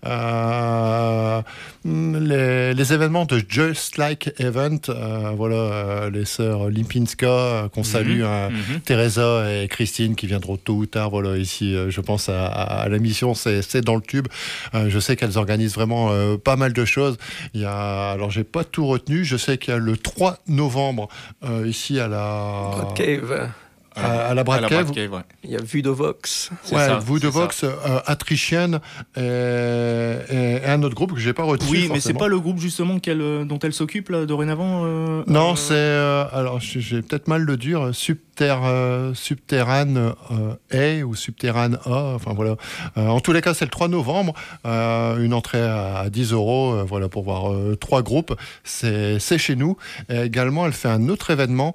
[SPEAKER 1] Les événements de Just Like Event, les sœurs Limpinska, qu'on salue, Teresa et Christine, qui viendront tôt ou tard, ici, je pense, à la mission, c'est dans le tube. Je sais qu'elles organisent vraiment pas mal de choses. Alors, j'ai pas tout retenu. Je sais qu'il y a le 3 novembre, ici à la
[SPEAKER 4] Brad Cave.
[SPEAKER 1] À la Brad Cave.
[SPEAKER 8] Ouais.
[SPEAKER 4] Il y a Vue de Vox.
[SPEAKER 1] Vue de Vox, Attrition et un autre groupe que j'ai pas retenu.
[SPEAKER 8] Oui, mais c'est pas le groupe justement dont elle s'occupe là dorénavant.
[SPEAKER 1] Non, c'est alors j'ai peut-être mal le dire. Subterrane A ou Subterrane A. Enfin voilà. En tous les cas, c'est le 3 novembre. Une entrée à 10 €. Pour voir 3 groupes. C'est chez nous. Et également, elle fait un autre événement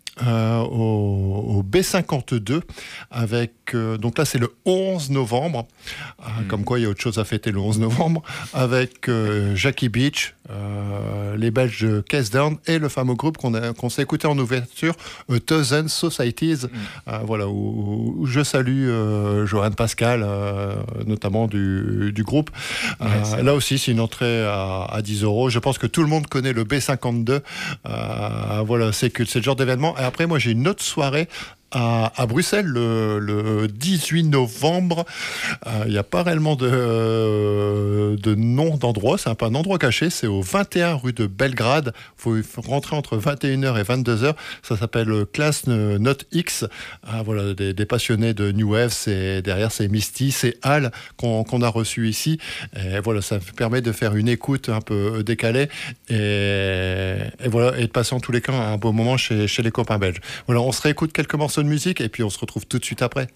[SPEAKER 1] au B52 avec donc là c'est le 11 novembre. Comme quoi il y a autre chose à fêter le 11 novembre avec Jackie Beach, les Belges de Case Down et le fameux groupe qu'on s'est écouté en ouverture, Thousand Societies. Où je salue Johan Pascal, notamment du groupe. Là aussi c'est une entrée à 10 €. Je pense que tout le monde connaît le B52. C'est le genre d'événement. Et après moi j'ai une autre soirée à Bruxelles le 18 novembre. Il n'y a pas réellement de nom d'endroit, c'est un endroit caché, c'est au 21 rue de Belgrade. Il faut rentrer entre 21h et 22h. Ça s'appelle Class Note X. Des passionnés de New Wave. Derrière c'est Misty, c'est Al qu'on a reçu ici. Et ça permet de faire une écoute un peu décalée et de passer en tous les cas un beau moment chez les copains belges. On se réécoute quelques morceaux de musique et puis on se retrouve tout de suite après.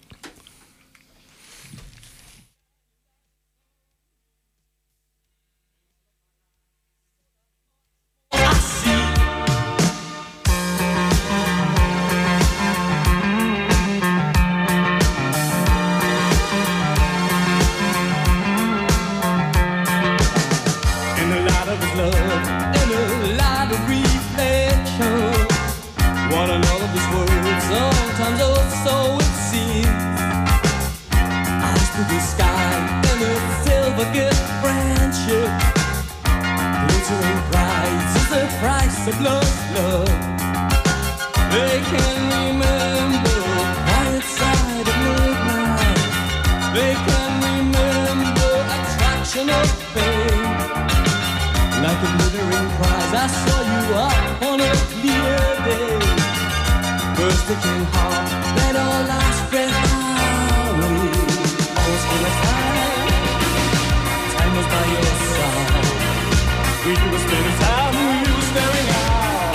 [SPEAKER 9] of love. They can remember quiet side of midnight. They can remember attraction of pain. Like a glittering prize, I saw you up on a clear day. First aching heart, then our last breath away. Almost full of time was by your side. We were spending time, we were staring out.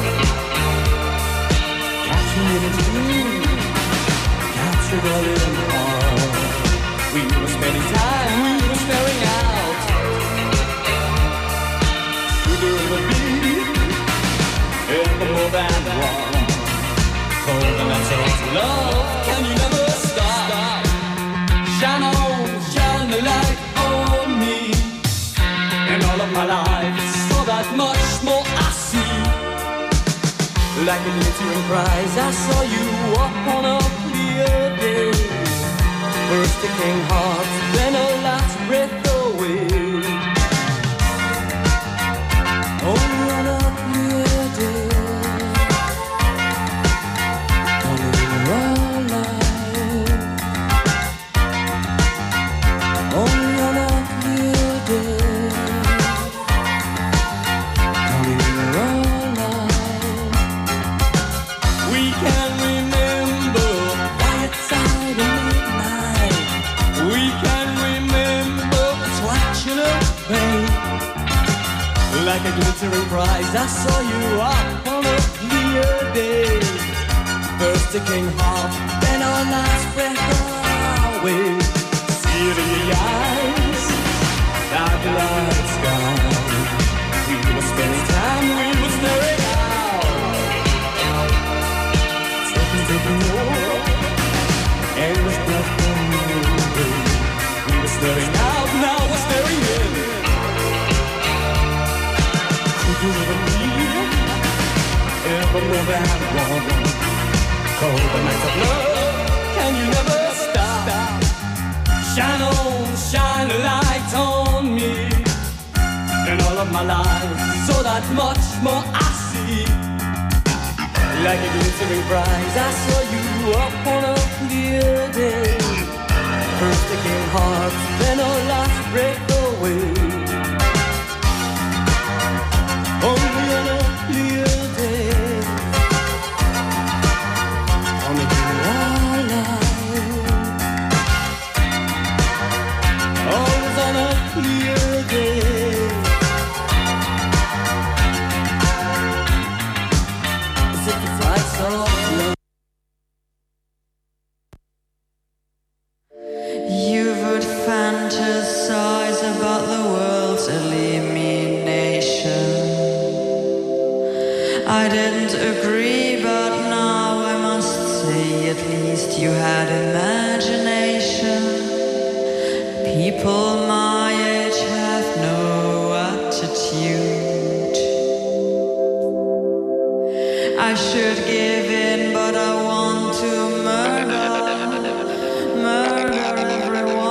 [SPEAKER 9] Catching it in a dream, captured all in the heart. We were spending time, we were staring out. Could there ever be ever more than one? Cold and that's all love, can you never stop? Shine on, shine the light on me. And all of my life, so that much more I see. Like a glittering prize, I saw you up on a clear day. First aching heart, then a last breath away. Only on a clear day. Only our life. Only on a clear day. Only our life. We can remember quiet side of midnight. We can remember attraction of pain. Like a glittering prize, I saw you up on a clear day. First aching heart, then our last breath away. See it in your eyes, dark light sky. We were spending time, we were staring out. Taking more, endless breath from you. We were staring out, now we're staring in. You ever need ever more than one? Cold the night of love, can you never stop? Shine on, shine a light on me. And all of my life, so that much more I see. Like a glittering prize, I saw you up on a clear day. First aching heart, then our last breath away. Only on a clear day. Only in our life. Always on a clear day. As if the flights are off love.
[SPEAKER 10] You would fantasize about the world's elimination. I didn't agree, but now I must say at least you had imagination. People my age have no attitude. I should give in, but I want to murder everyone.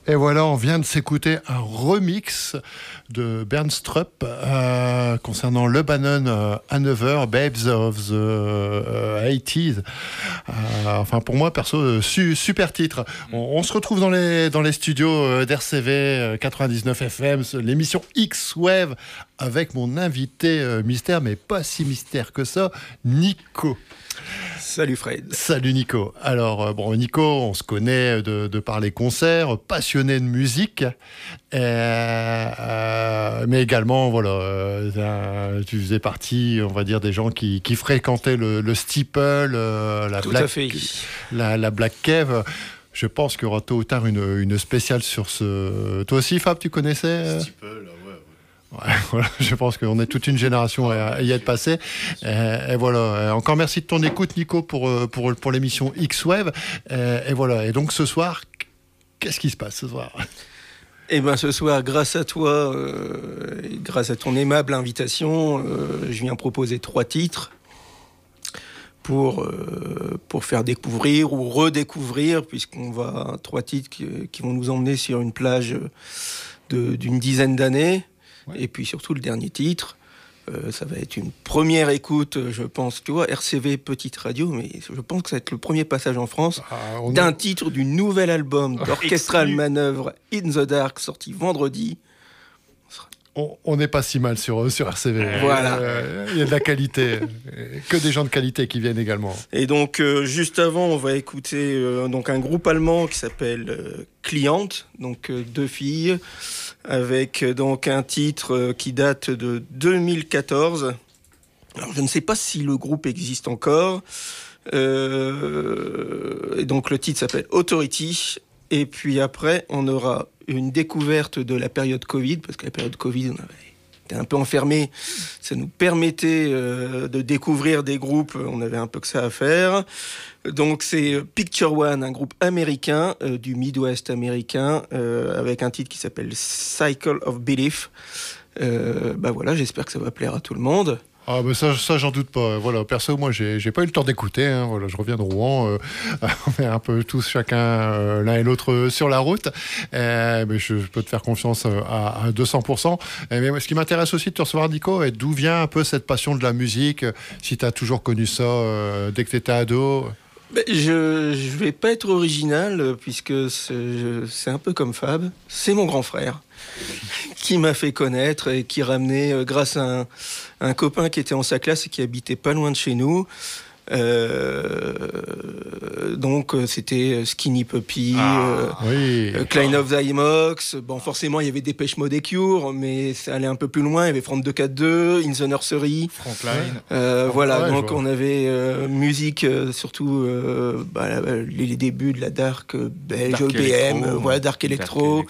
[SPEAKER 1] Et voilà, on vient de s'écouter un remix de Bernd Strupp concernant Lebanon Hanover, Babes of the 80s. Enfin, pour moi, perso, super titre. On se retrouve dans les studios d'RCV 99 FM, l'émission X-Wave, avec mon invité mystère, mais pas si mystère que ça, Nico.
[SPEAKER 4] Salut Fred.
[SPEAKER 1] Salut Nico. Alors, Nico, on se connaît de par les concerts, passionné de musique, mais également, tu faisais partie, on va dire, des gens qui fréquentaient le Steeple, la Black Cave. Je pense qu'il y aura tôt ou tard une spéciale sur ce... Toi aussi, Fab, tu connaissais
[SPEAKER 8] Steeple, ouais.
[SPEAKER 1] Ouais, voilà, je pense qu'on est toute une génération à y être passée. Et voilà. Encore merci de ton écoute, Nico, pour l'émission X-Wave. Et voilà. Et donc ce soir, qu'est-ce qui se passe ce soir ?
[SPEAKER 4] Eh bien, ce soir, grâce à toi, grâce à ton aimable invitation, je viens proposer 3 titres pour faire découvrir ou redécouvrir, puisqu'on va 3 titres qui vont nous emmener sur une plage d'une dizaine d'années. Et puis surtout le dernier titre, ça va être une première écoute, je pense, tu vois, RCV petite radio, mais je pense que ça va être le premier passage en France d'un titre du nouvel album d'Orchestral Manœuvre In the Dark, sorti vendredi.
[SPEAKER 1] On n'est pas si mal sur RCV.
[SPEAKER 4] Voilà.
[SPEAKER 1] Il y a de la qualité, que des gens de qualité qui viennent également.
[SPEAKER 4] Et donc, juste avant, on va écouter donc un groupe allemand qui s'appelle Client, donc 2 filles, avec donc un titre qui date de 2014. Alors, je ne sais pas si le groupe existe encore. Et donc, le titre s'appelle Authority. Et puis après, on aura une découverte de la période Covid, parce que la période Covid, on avait été un peu enfermés. Ça nous permettait de découvrir des groupes, on avait un peu que ça à faire. Donc c'est Picture One, un groupe américain, du Midwest américain, avec un titre qui s'appelle Cycle of Belief. Voilà, j'espère que ça va plaire à tout le monde.
[SPEAKER 1] Ah ben ça j'en doute pas. Voilà, perso, moi j'ai pas eu le temps d'écouter. Hein. Voilà, je reviens de Rouen. On est un peu tous chacun l'un et l'autre sur la route. Mais je peux te faire confiance à 200%. Mais ce qui m'intéresse aussi de te recevoir, Nico, et d'où vient un peu cette passion de la musique. Si tu as toujours connu ça dès que tu étais ado.
[SPEAKER 4] Je vais pas être original, puisque c'est un peu comme Fab. C'est mon grand frère qui m'a fait connaître et qui ramenait, grâce à un copain qui était en sa classe et qui habitait pas loin de chez nous. Donc c'était Skinny Puppy, Klein of the Imox. Bon, forcément il y avait Dépêche Mode et Cure, mais ça allait un peu plus loin. Il y avait Frank 242, In the Nursery,
[SPEAKER 8] Frontline.
[SPEAKER 4] voilà, donc on avait musique, surtout les débuts de la dark belge, EBM, voilà, dark electro.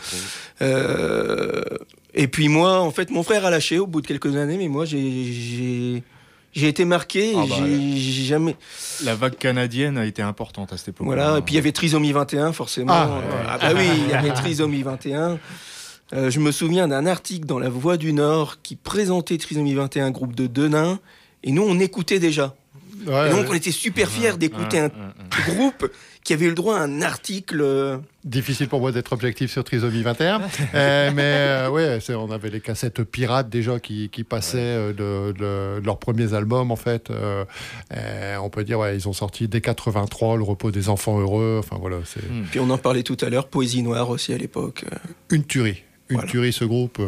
[SPEAKER 4] Et puis moi, en fait, mon frère a lâché au bout de quelques années, mais moi j'ai été marqué. J'ai jamais.
[SPEAKER 8] La vague canadienne a été importante à cette époque.
[SPEAKER 4] Voilà. Et puis il y avait Trisomie 21, forcément. Oui, il y avait Trisomie 21. Je me souviens d'un article dans La Voix du Nord qui présentait Trisomie 21, groupe de 2 nains, et nous on écoutait déjà. Et donc on était super fiers d'écouter un groupe qui avait eu le droit à un article.
[SPEAKER 1] Difficile pour moi d'être objectif sur Trisomie 21, on avait les cassettes pirates déjà qui passaient de leurs premiers albums en fait. On peut dire ils ont sorti dès 83 Le repos des enfants heureux. Enfin voilà.
[SPEAKER 4] Puis on en parlait tout à l'heure, Poésie noire aussi à l'époque.
[SPEAKER 1] Une tuerie ce groupe.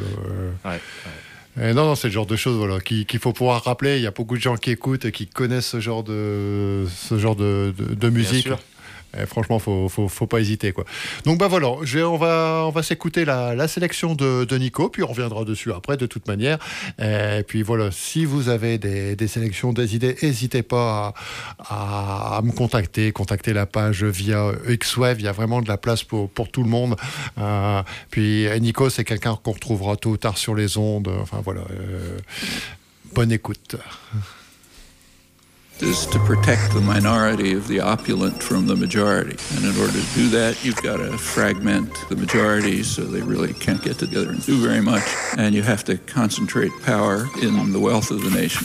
[SPEAKER 1] Non, c'est le genre de choses qu'il faut pouvoir rappeler. Il y a beaucoup de gens qui écoutent et qui connaissent ce genre de musique. Bien sûr. Et franchement, faut pas hésiter, quoi. Donc voilà, on va s'écouter la sélection de Nico, puis on reviendra dessus après de toute manière. Et puis voilà, si vous avez des sélections, des idées, n'hésitez pas à me contacter la page via X-Wave. Il y a vraiment de la place pour tout le monde. Puis Nico, c'est quelqu'un qu'on retrouvera tôt ou tard sur les ondes. Enfin voilà, bonne écoute.
[SPEAKER 11] Is to protect the minority of the opulent from the majority. And in order to do that, you've got to fragment the majority so they really can't get together and do very much. And you have to concentrate power in the wealth of the nation.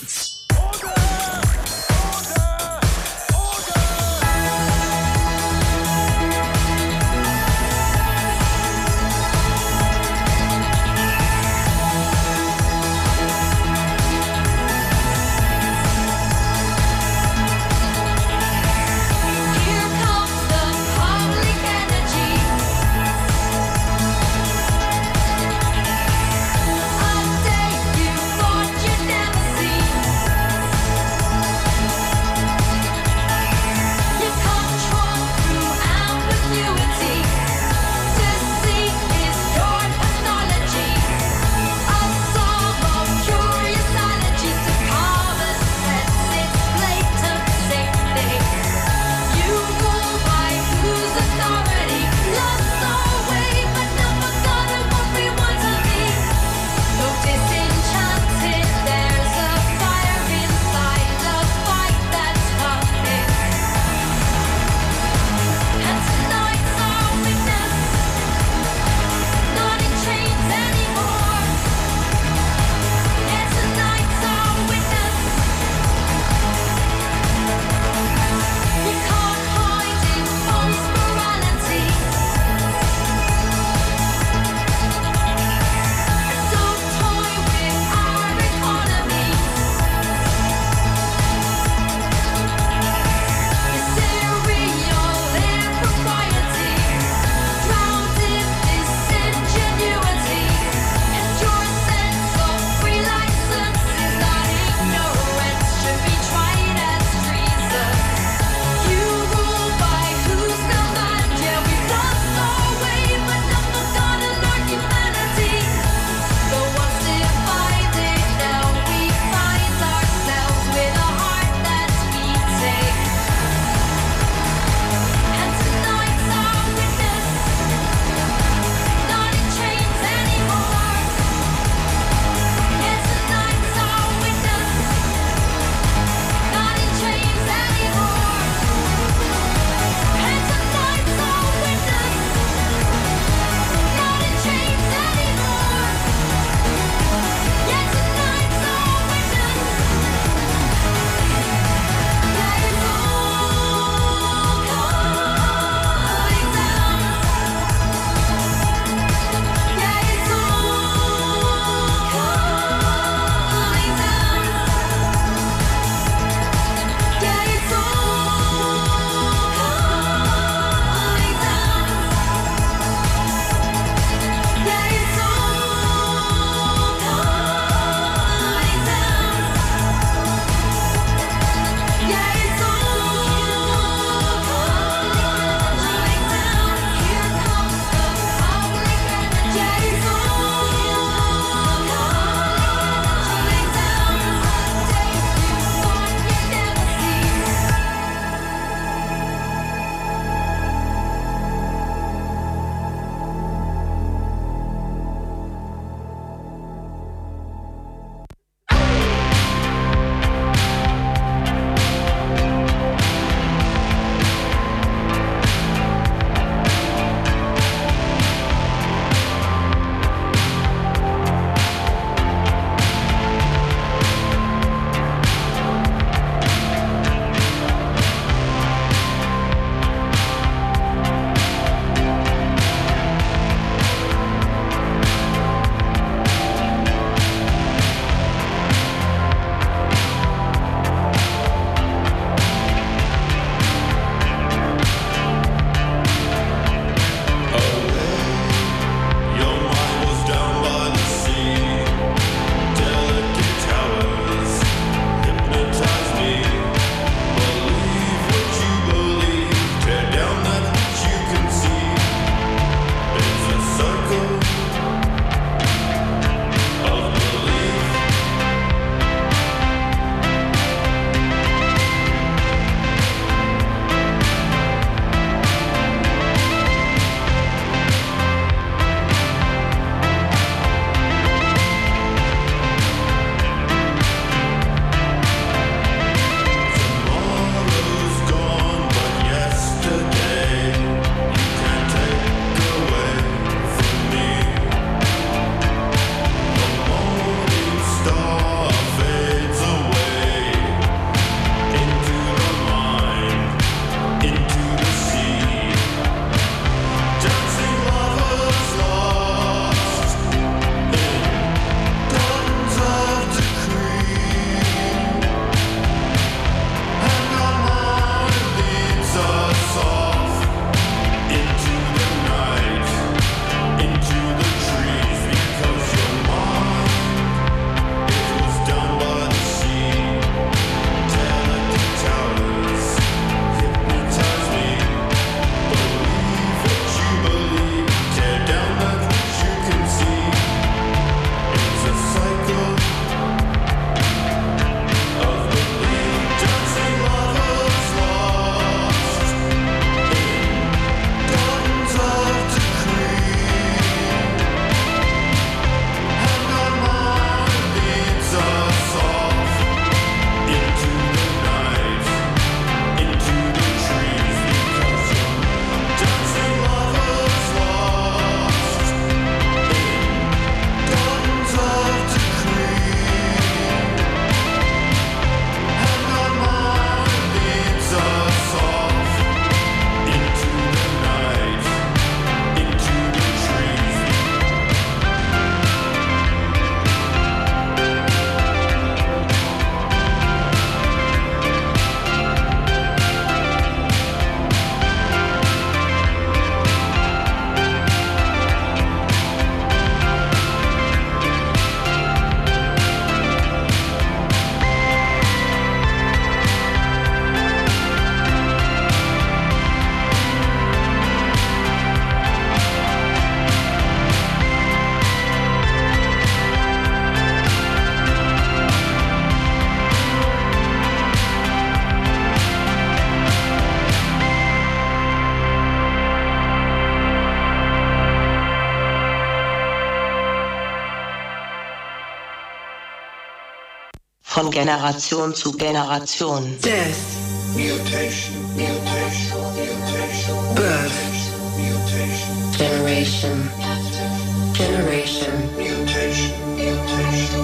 [SPEAKER 12] von Generation zu Generation.
[SPEAKER 10] Death.
[SPEAKER 3] Mutation, mutation, mutation.
[SPEAKER 10] Birth.
[SPEAKER 3] Mutation,
[SPEAKER 12] Generation. Generation.
[SPEAKER 3] mutation, mutation,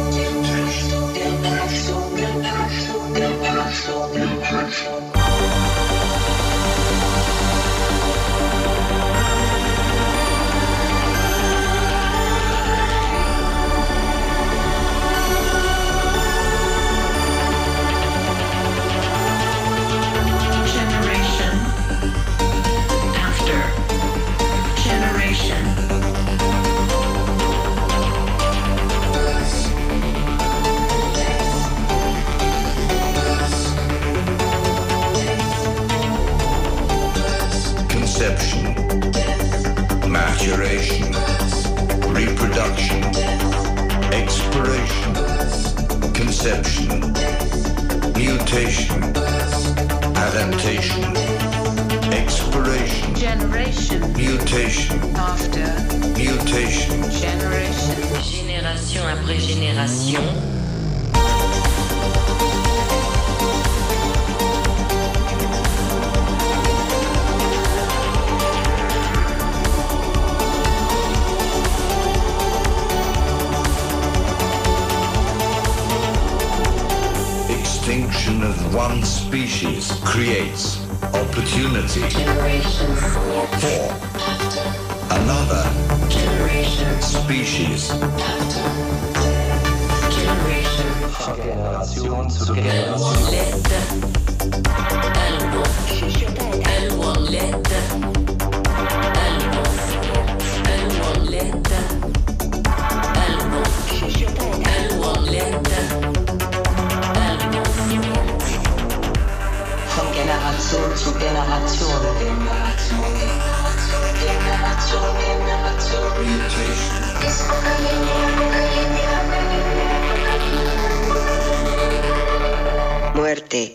[SPEAKER 3] mutation.
[SPEAKER 10] Generation. After. Generation.
[SPEAKER 3] Conception, maturation, reproduction, expiration, conception, mutation, adaptation, expiration,
[SPEAKER 10] Generation.
[SPEAKER 3] mutation,
[SPEAKER 10] After.
[SPEAKER 3] mutation.
[SPEAKER 10] Generation.
[SPEAKER 12] Génération après génération.
[SPEAKER 3] Extinction of one species creates opportunity
[SPEAKER 12] Generation.
[SPEAKER 3] for another
[SPEAKER 12] Generation.
[SPEAKER 3] species.
[SPEAKER 12] Generation.
[SPEAKER 13] Generation zu Generation.
[SPEAKER 12] LED. Album. Album LED. Album. Album LED. Album. Album LED. Album. Von Generation zu Generation. Muerte.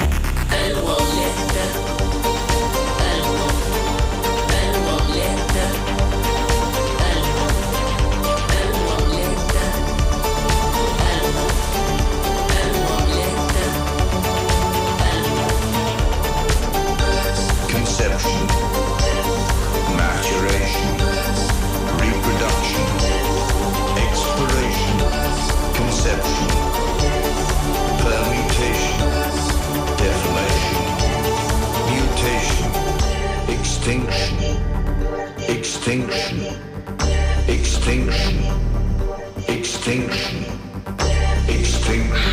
[SPEAKER 3] Conception, maturation, reproduction, expiration, conception, permutation, deformation, mutation, extinction, extinction, extinction, extinction, extinction.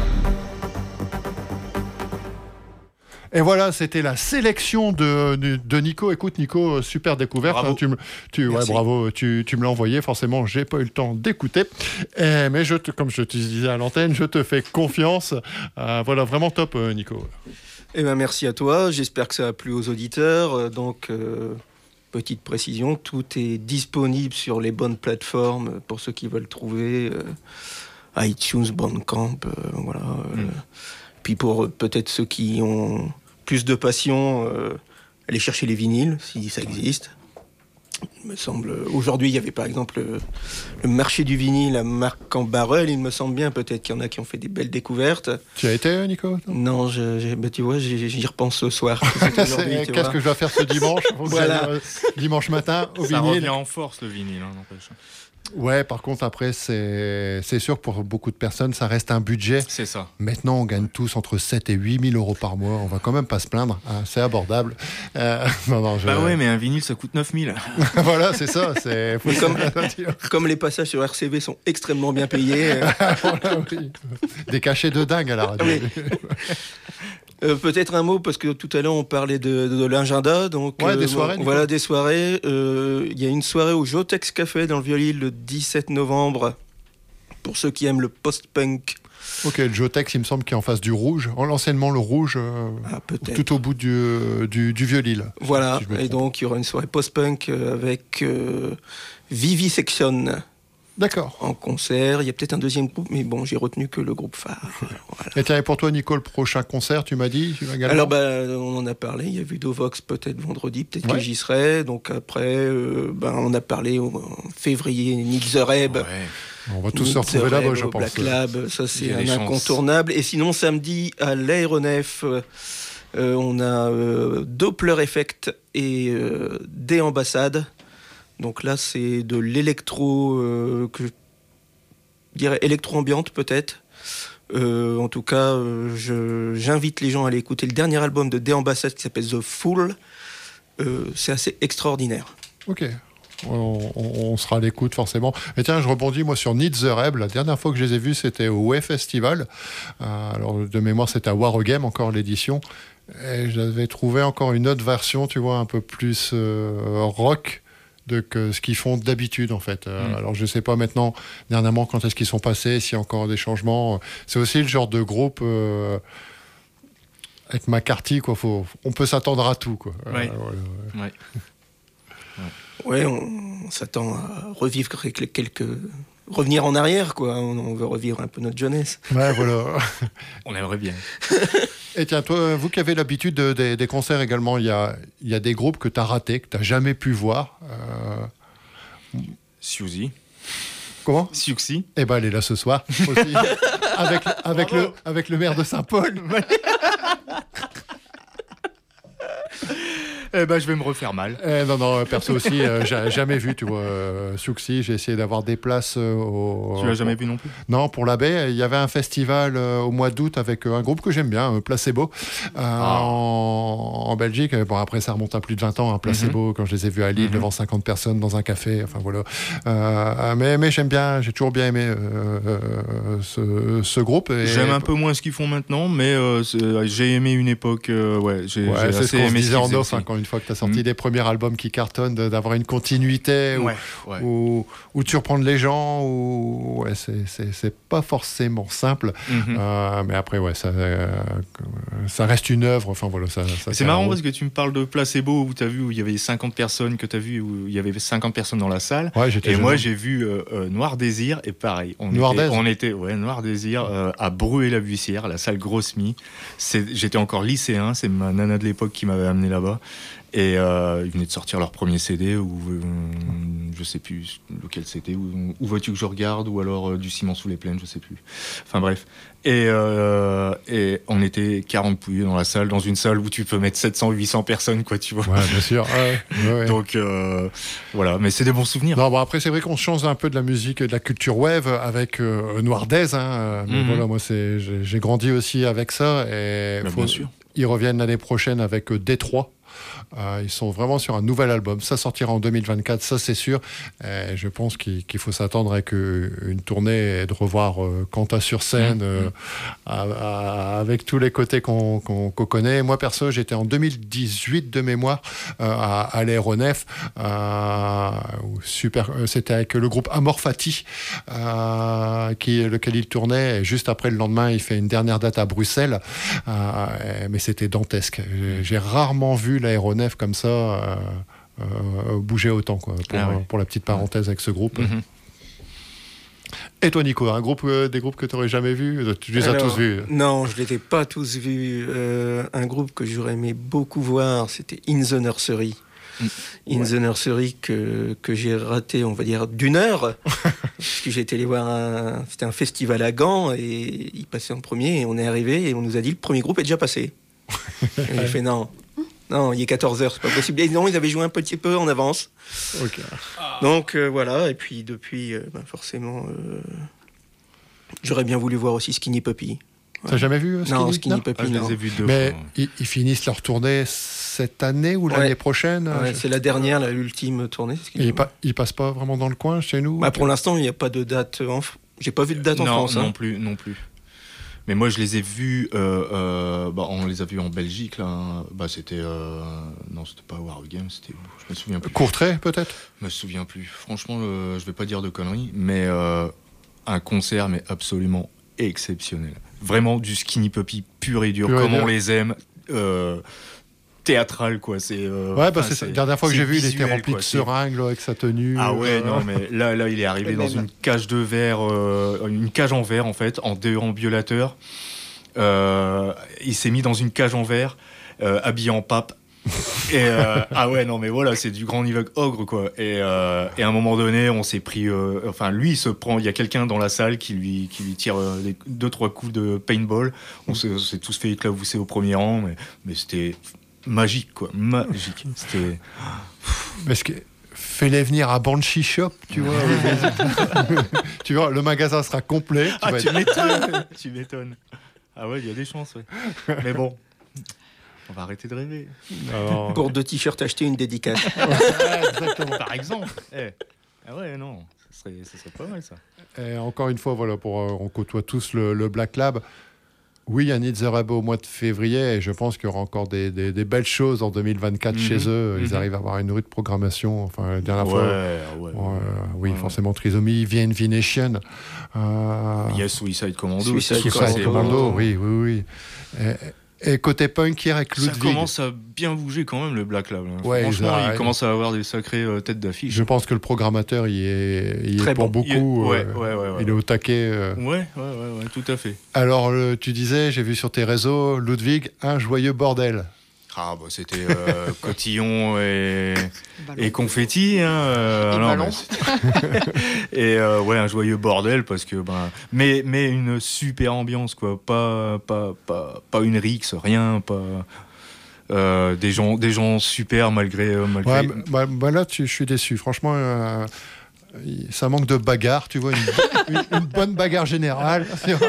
[SPEAKER 1] Et voilà, c'était la sélection de Nico. Écoute, Nico, super découverte.
[SPEAKER 4] Bravo.
[SPEAKER 1] Ouais, bravo, tu me l'as envoyé. Forcément, j'ai pas eu le temps d'écouter. Mais comme je te disais à l'antenne, je te fais confiance. Voilà, vraiment top, Nico.
[SPEAKER 4] Eh ben, merci à toi. J'espère que ça a plu aux auditeurs. Petite précision, tout est disponible sur les bonnes plateformes pour ceux qui veulent trouver. iTunes, Bandcamp, voilà. Puis pour peut-être ceux qui ont plus de passion, aller chercher les vinyles, si ça existe. Il me semble, aujourd'hui, il y avait par exemple le marché du vinyle à Marc-en-Barœul. Il me semble bien, peut-être qu'il y en a qui ont fait des belles découvertes.
[SPEAKER 1] Tu as été, Nico?
[SPEAKER 4] Non, tu vois, j'y repense ce soir.
[SPEAKER 1] Qu'est-ce que je dois faire ce dimanche?
[SPEAKER 4] Voilà.
[SPEAKER 1] Dimanche matin, au
[SPEAKER 8] Ça
[SPEAKER 1] vinyle.
[SPEAKER 8] revient en force, le vinyle, hein, n'empêche.
[SPEAKER 1] Ouais, par contre, après, c'est sûr que pour beaucoup de personnes, ça reste un budget.
[SPEAKER 8] C'est ça.
[SPEAKER 1] Maintenant, on gagne tous entre 7 et 8 000 euros par mois. On va quand même pas se plaindre. Hein, c'est abordable.
[SPEAKER 8] Bah ouais, mais un vinyle, ça coûte 9 000.
[SPEAKER 1] Voilà, c'est ça.
[SPEAKER 4] Comme les passages sur RCV sont extrêmement bien payés.
[SPEAKER 1] Voilà, oui. Des cachets de dingue à la radio.
[SPEAKER 4] Oui. Peut-être un mot, parce que tout à l'heure on parlait de l'agenda. Donc,
[SPEAKER 1] ouais, des soirées.
[SPEAKER 4] Voilà, des soirées. Il y a une soirée au Jotex Café dans le Vieux-Lille le 17 novembre, pour ceux qui aiment le post-punk.
[SPEAKER 1] Ok, le Jotex, il me semble qu'il est en face du Rouge. L'anciennement, le Rouge, tout au bout du Vieux-Lille.
[SPEAKER 4] Voilà,
[SPEAKER 1] si
[SPEAKER 4] et donc il y aura une soirée post-punk avec Vivisection
[SPEAKER 1] D'accord.
[SPEAKER 4] En concert, il y a peut-être un deuxième groupe, mais bon, j'ai retenu que le groupe phare. Voilà.
[SPEAKER 1] Et tiens, et pour toi, Nico, le prochain concert, tu m'as dit également.
[SPEAKER 4] Alors, on en a parlé. Il y a eu Dovox peut-être vendredi, peut-être que j'y serai. Donc après, on a parlé en février, Nick the Reb.
[SPEAKER 1] Ouais. On va tous se retrouver là-bas, je pense.
[SPEAKER 4] Black Lab, ça c'est un incontournable. Et sinon, samedi, à l'Aéronef, on a Doppler Effect et des ambassades. Donc là, c'est de l'électro, que je dirais électro-ambiante peut-être. En tout cas, j'invite les gens à aller écouter le dernier album de des ambassades qui s'appelle The Fool. C'est assez extraordinaire.
[SPEAKER 1] Ok. On sera à l'écoute forcément. Et tiens, je rebondis moi sur Need the Reb. La dernière fois que je les ai vus, c'était au Way Festival. Alors de mémoire, c'était à War Game, encore l'édition. Et j'avais trouvé encore une autre version, tu vois, un peu plus rock que ce qu'ils font d'habitude en fait. Alors je sais pas maintenant, dernièrement, quand est-ce qu'ils sont passés, s'il y a encore des changements. C'est aussi le genre de groupe avec McCarthy, quoi. On peut s'attendre à tout, quoi.
[SPEAKER 4] Ouais, on s'attend à revivre revenir en arrière, quoi. On veut revivre un peu notre jeunesse.
[SPEAKER 1] Ouais, voilà.
[SPEAKER 8] On aimerait bien.
[SPEAKER 1] Et tiens, toi, vous qui avez l'habitude des concerts également, il y a des groupes que tu as ratés, que tu n'as jamais pu voir.
[SPEAKER 8] Siouxsie.
[SPEAKER 1] Comment ?
[SPEAKER 8] Siouxsie.
[SPEAKER 1] Eh ben, elle est là ce soir aussi. avec le maire de Saint-Paul.
[SPEAKER 8] Eh ben, je vais me refaire mal.
[SPEAKER 1] Non, perso aussi, j'ai jamais vu, tu vois, Siouxsie. J'ai essayé d'avoir des places
[SPEAKER 8] Tu l'as jamais vu non plus ?
[SPEAKER 1] Non, pour la baie, il y avait un festival au mois d'août avec un groupe que j'aime bien, Placebo, en Belgique. Bon, après, ça remonte à plus de 20 ans, Placebo, quand je les ai vus à Lille, devant 50 personnes dans un café, enfin voilà. Mais j'aime bien, j'ai toujours bien aimé ce groupe.
[SPEAKER 8] J'aime un peu moins ce qu'ils font maintenant, mais j'ai aimé une époque, j'ai
[SPEAKER 1] c'est ce qu'on se disait en off,
[SPEAKER 8] quand
[SPEAKER 1] une fois que tu as sorti des premiers albums qui cartonnent, d'avoir une continuité où tu reprends les gens, c'est pas forcément simple. Mais après, ça reste une œuvre. Enfin, voilà,
[SPEAKER 8] c'est marrant parce que tu me parles de Placebo où tu as vu où il y avait 50 personnes, que tu as vu où il y avait 50 personnes dans la salle. Et moi, j'ai vu Noir Désir, et pareil. On était Noir Désir à Bruay-la-Buissière, la salle Grosse Mie. J'étais encore lycéen, c'est ma nana de l'époque qui m'avait amené là-bas. Et ils venaient de sortir leur premier CD, ou je sais plus lequel c'était, où veux-tu que je regarde, ou alors du Ciment sous les plaines, je sais plus. Enfin bref. Et on était 40 pouilleux dans la salle, dans une salle où tu peux mettre 700-800 personnes, quoi, tu vois.
[SPEAKER 1] Ouais, bien sûr. Ouais.
[SPEAKER 8] Donc voilà, mais c'est des bons souvenirs.
[SPEAKER 1] Non, bon, après, c'est vrai qu'on change un peu de la musique et de la culture wave avec Noir Dez. Mais voilà, moi, j'ai grandi aussi avec ça. Et
[SPEAKER 8] bien sûr.
[SPEAKER 1] Ils reviennent l'année prochaine avec Détroit. Ils sont vraiment sur un nouvel album. Ça sortira en 2024, ça c'est sûr. Et je pense qu'il faut s'attendre avec une tournée et de revoir Quentin sur scène avec tous les côtés qu'on connaît. Moi perso, j'étais en 2018 de mémoire à l'Aéronef. C'était avec le groupe Amorphati lequel il tournait. Et juste après, le lendemain, il fait une dernière date à Bruxelles. Mais c'était dantesque. J'ai rarement vu l'Aéronef comme ça bouger autant, quoi, pour la petite parenthèse avec ce groupe. Et toi, Nico, des groupes que tu n'aurais jamais vus, tu les as tous vus?
[SPEAKER 4] Non, je ne les ai pas tous vus. Un groupe que j'aurais aimé beaucoup voir, c'était In the Nursery. In the Nursery que j'ai raté, on va dire, d'une heure. Parce que j'ai été les voir, c'était un festival à Gand, et ils passaient en premier, et on est arrivé, et on nous a dit le premier groupe est déjà passé. Et j'ai fait non, il est 14h, c'est pas possible. Et non, ils avaient joué un petit peu en avance.
[SPEAKER 1] Okay.
[SPEAKER 4] Donc voilà, et puis depuis, forcément, j'aurais bien voulu voir aussi Skinny Puppy.
[SPEAKER 1] T'as jamais vu
[SPEAKER 4] Skinny Puppy,
[SPEAKER 8] je les ai vus deux
[SPEAKER 1] Mais
[SPEAKER 8] fois.
[SPEAKER 1] ils finissent leur tournée cette année ou l'année prochaine?
[SPEAKER 4] C'est la dernière, l'ultime tournée.
[SPEAKER 1] Ils passent pas vraiment dans le coin chez nous?
[SPEAKER 4] Pour l'instant, il n'y a pas de date. J'ai pas vu de date en France.
[SPEAKER 8] Non plus. Mais moi, je les ai vus. On les a vus en Belgique là. C'était non, c'était pas War Game. C'était. Je me souviens plus.
[SPEAKER 1] Courtrai peut-être.
[SPEAKER 8] Je me souviens plus. Franchement, je vais pas dire de conneries, mais un concert, mais absolument exceptionnel. Vraiment du Skinny Puppy pur et dur, comme on les aime. théâtral, quoi. C'est
[SPEAKER 1] c'est ça. La dernière fois que j'ai vu, il était rempli de seringues là, avec sa tenue.
[SPEAKER 8] Ah ouais, non, mais là, il est arrivé dans une cage de verre, une cage en verre en fait, en déambulateur. Il s'est mis dans une cage en verre, habillé en pape. Et ah ouais, non, mais voilà, c'est du grand niveau ogre, quoi. Et à un moment donné, on s'est pris. Lui, il se prend. Il y a quelqu'un dans la salle qui lui tire 2-3 coups de paintball. On s'est tous fait éclabousser au premier rang, mais c'était magique, quoi. Magique. C'était.
[SPEAKER 1] Parce que fais-les venir à Banshee Shop, tu vois. Tu vois, le magasin sera complet.
[SPEAKER 8] Tu m'étonnes. Ah ouais, il y a des chances, ouais. Mais bon. On va arrêter de rêver.
[SPEAKER 4] Alors... Pour 2 t-shirts achetés, une dédicace.
[SPEAKER 8] Ouais, exactement. Par exemple. Ah ouais, non, ça serait pas mal ça.
[SPEAKER 1] Et encore une fois, voilà, on côtoie tous le Black Lab. Oui, il y a Need the Rainbow au mois de février et je pense qu'il y aura encore des belles choses en 2024 chez eux. Ils arrivent à avoir une rude programmation. Enfin, la dernière fois, oui, forcément, Trisomy, VNV Nation.
[SPEAKER 8] Il y a Suicide Commando.
[SPEAKER 1] Suicide Commando, oui. Et côté punk, hier avec Ludwig.
[SPEAKER 8] Ça commence à bien bouger quand même, le Black Lab.
[SPEAKER 1] Ouais,
[SPEAKER 8] franchement, il commence à avoir des sacrées têtes d'affiche.
[SPEAKER 1] Je pense que le programmateur il est pour beaucoup. Il est au taquet.
[SPEAKER 8] Ouais, tout à fait.
[SPEAKER 1] Alors, tu disais, j'ai vu sur tes réseaux, Ludwig, un joyeux bordel.
[SPEAKER 8] Ah bah c'était cotillon et confetti et un joyeux bordel parce que mais une super ambiance, quoi, pas une rixe, rien, pas des gens super malgré
[SPEAKER 1] ouais, là je suis déçu franchement. Ça manque de bagarre, tu vois, une bonne bagarre générale.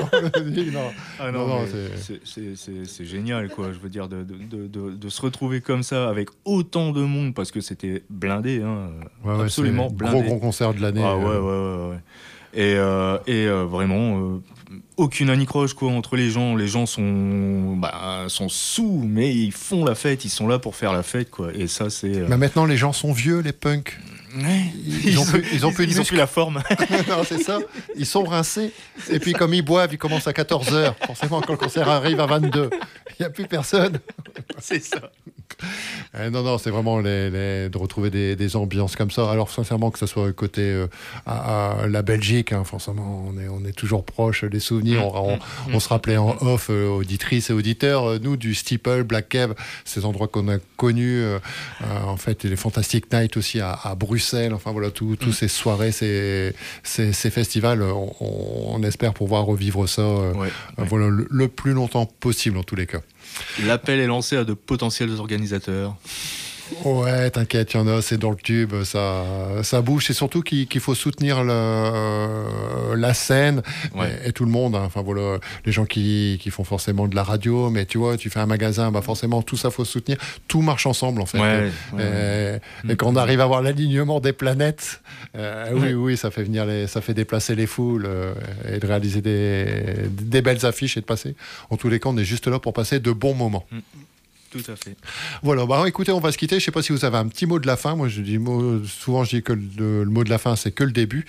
[SPEAKER 8] C'est génial, quoi. Je veux dire, de se retrouver comme ça avec autant de monde, parce que c'était blindé, absolument blindé.
[SPEAKER 1] Gros concert de l'année.
[SPEAKER 8] Ah ouais. Et vraiment, aucune anicroche, quoi, entre les gens. Les gens sont sous, mais ils font la fête, ils sont là pour faire la fête, quoi. Et ça, c'est.
[SPEAKER 1] Mais maintenant, les gens sont vieux, les punks.
[SPEAKER 8] Ouais. Ils ont plus la forme.
[SPEAKER 1] Non, c'est ça. Ils sont rincés. Et puis, comme ils boivent, ils commencent à 14h. Forcément, quand le concert arrive à 22, il n'y a plus personne.
[SPEAKER 8] C'est ça.
[SPEAKER 1] Non, c'est vraiment de retrouver des ambiances comme ça. Alors, sincèrement, que ce soit côté à la Belgique, forcément, on est toujours proche des souvenirs. On se rappelait en off, auditrices et auditeurs, nous, du Steeple, Black Cave, ces endroits qu'on a connus. En fait, les Fantastic Night aussi à Bruxelles. Enfin, voilà, tous ces soirées, ces festivals, on espère pouvoir revivre ça voilà, le plus longtemps possible, en tous les cas.
[SPEAKER 8] L'appel est lancé à de potentiels organisateurs.
[SPEAKER 1] Ouais, t'inquiète, il y en a, c'est dans le tube, ça bouge. C'est surtout qu'il faut soutenir la scène et tout le monde. Enfin voilà, les gens qui font forcément de la radio, mais tu vois, tu fais un magasin, forcément tout ça faut soutenir. Tout marche ensemble en fait. Et quand on arrive à avoir l'alignement des planètes, oui, ça fait déplacer les foules et de réaliser des belles affiches et de passer. En tous les cas, on est juste là pour passer de bons moments.
[SPEAKER 8] Tout à fait.
[SPEAKER 1] Voilà, écoutez, on va se quitter. Je ne sais pas si vous avez un petit mot de la fin. Moi, souvent, je dis que le mot de la fin, c'est que le début.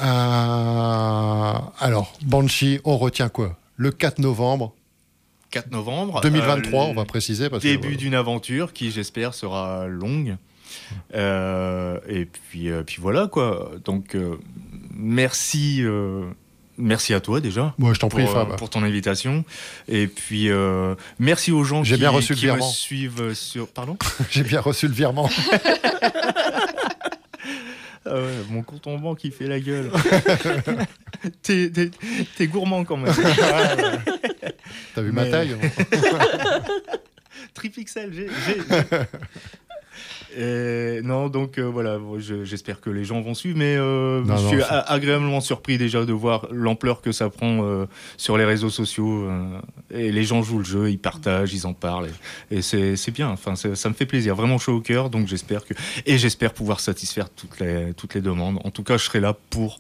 [SPEAKER 1] Alors, Banshee, on retient quoi ? Le 4 novembre 2023, on va préciser.
[SPEAKER 8] Début d'une aventure qui, j'espère, sera longue. Et puis voilà, quoi. Donc, merci... Merci à toi déjà.
[SPEAKER 1] Moi, je t'en prie, Fab.
[SPEAKER 8] Pour ton invitation. Et puis, merci aux gens qui me suivent sur... Pardon ?
[SPEAKER 1] J'ai bien reçu le virement.
[SPEAKER 8] Ah ouais, mon compte en banque, il fait la gueule. T'es gourmand quand même.
[SPEAKER 1] T'as vu ma taille ?
[SPEAKER 8] Tripixel, j'ai... Non, donc voilà, j'espère que les gens vont suivre, mais je suis agréablement surpris déjà de voir l'ampleur que ça prend sur les réseaux sociaux. Et les gens jouent le jeu, ils partagent, ils en parlent, et c'est bien. Enfin, ça me fait plaisir, vraiment chaud au cœur. Donc j'espère pouvoir satisfaire toutes les demandes. En tout cas, je serai là pour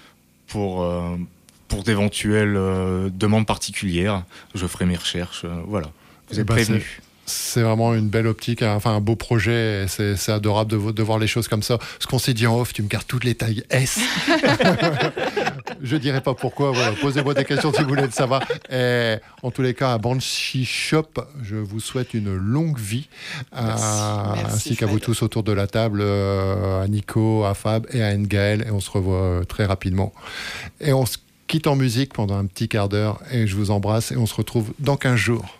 [SPEAKER 8] d'éventuelles demandes particulières. Je ferai mes recherches. Voilà, vous êtes prévenus.
[SPEAKER 1] C'est vraiment une belle optique, un beau projet. C'est adorable de voir les choses comme ça. Ce qu'on s'est dit en off, tu me gardes toutes les tailles S. Je dirais pas pourquoi. Voilà. Posez-moi des questions si vous voulez le savoir. Et en tous les cas, à Banshee Shop, je vous souhaite une longue vie, ainsi qu'à vous tous autour de la table, à Nico, à Fab et à Ngaël. Et on se revoit très rapidement. Et on se quitte en musique pendant un petit quart d'heure. Et je vous embrasse et on se retrouve dans 15 jours.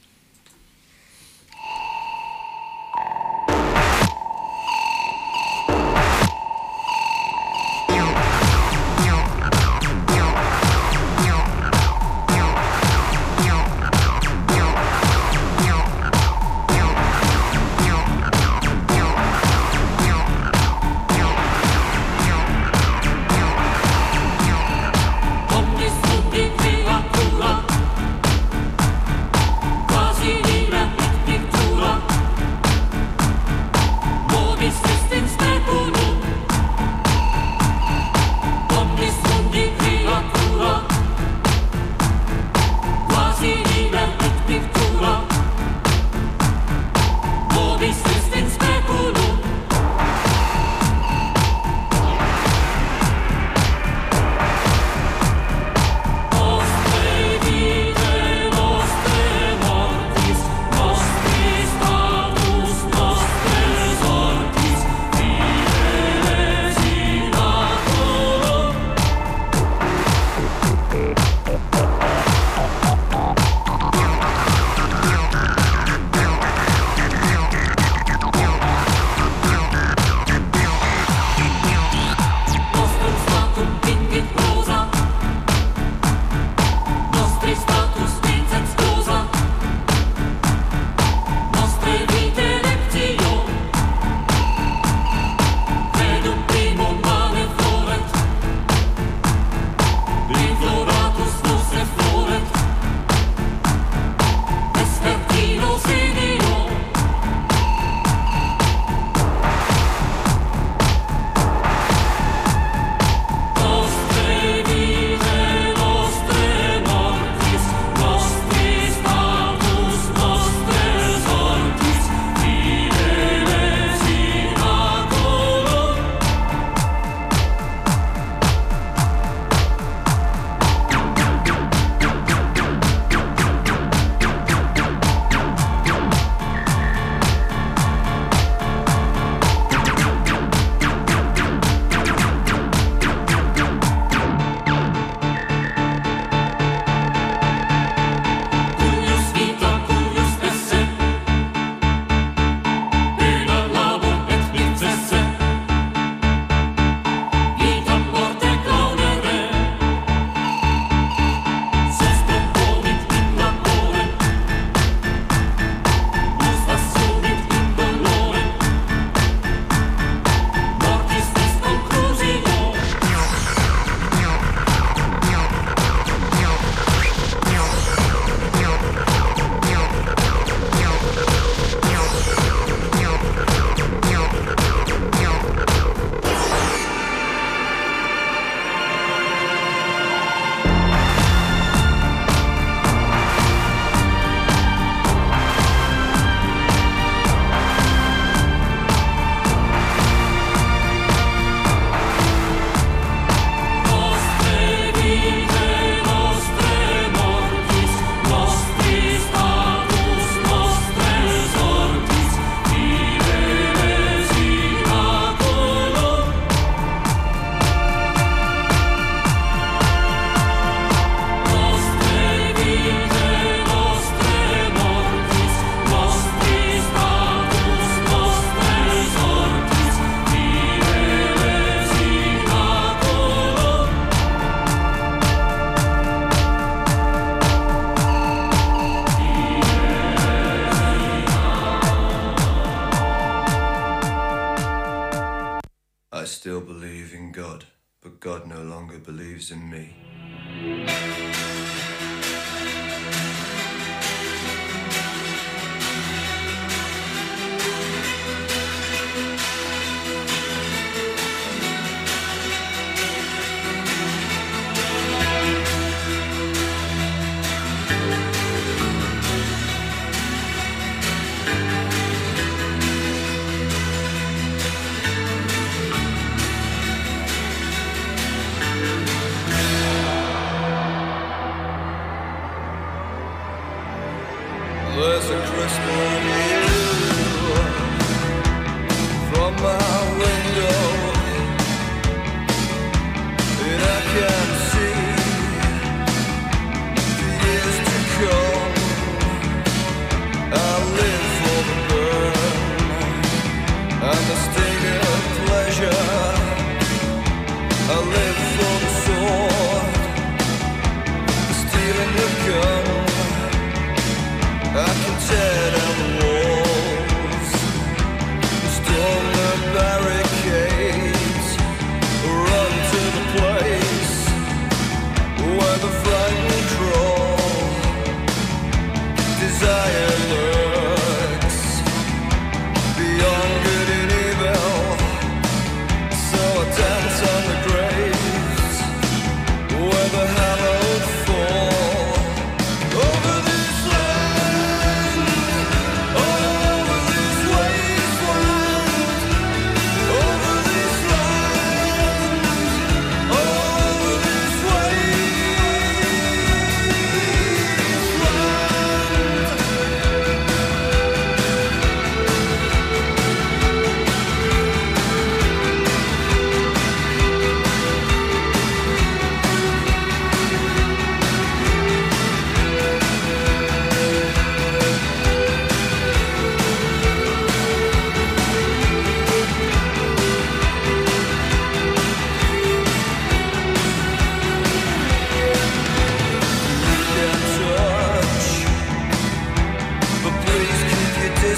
[SPEAKER 14] still believe in God, but God no longer believes in me.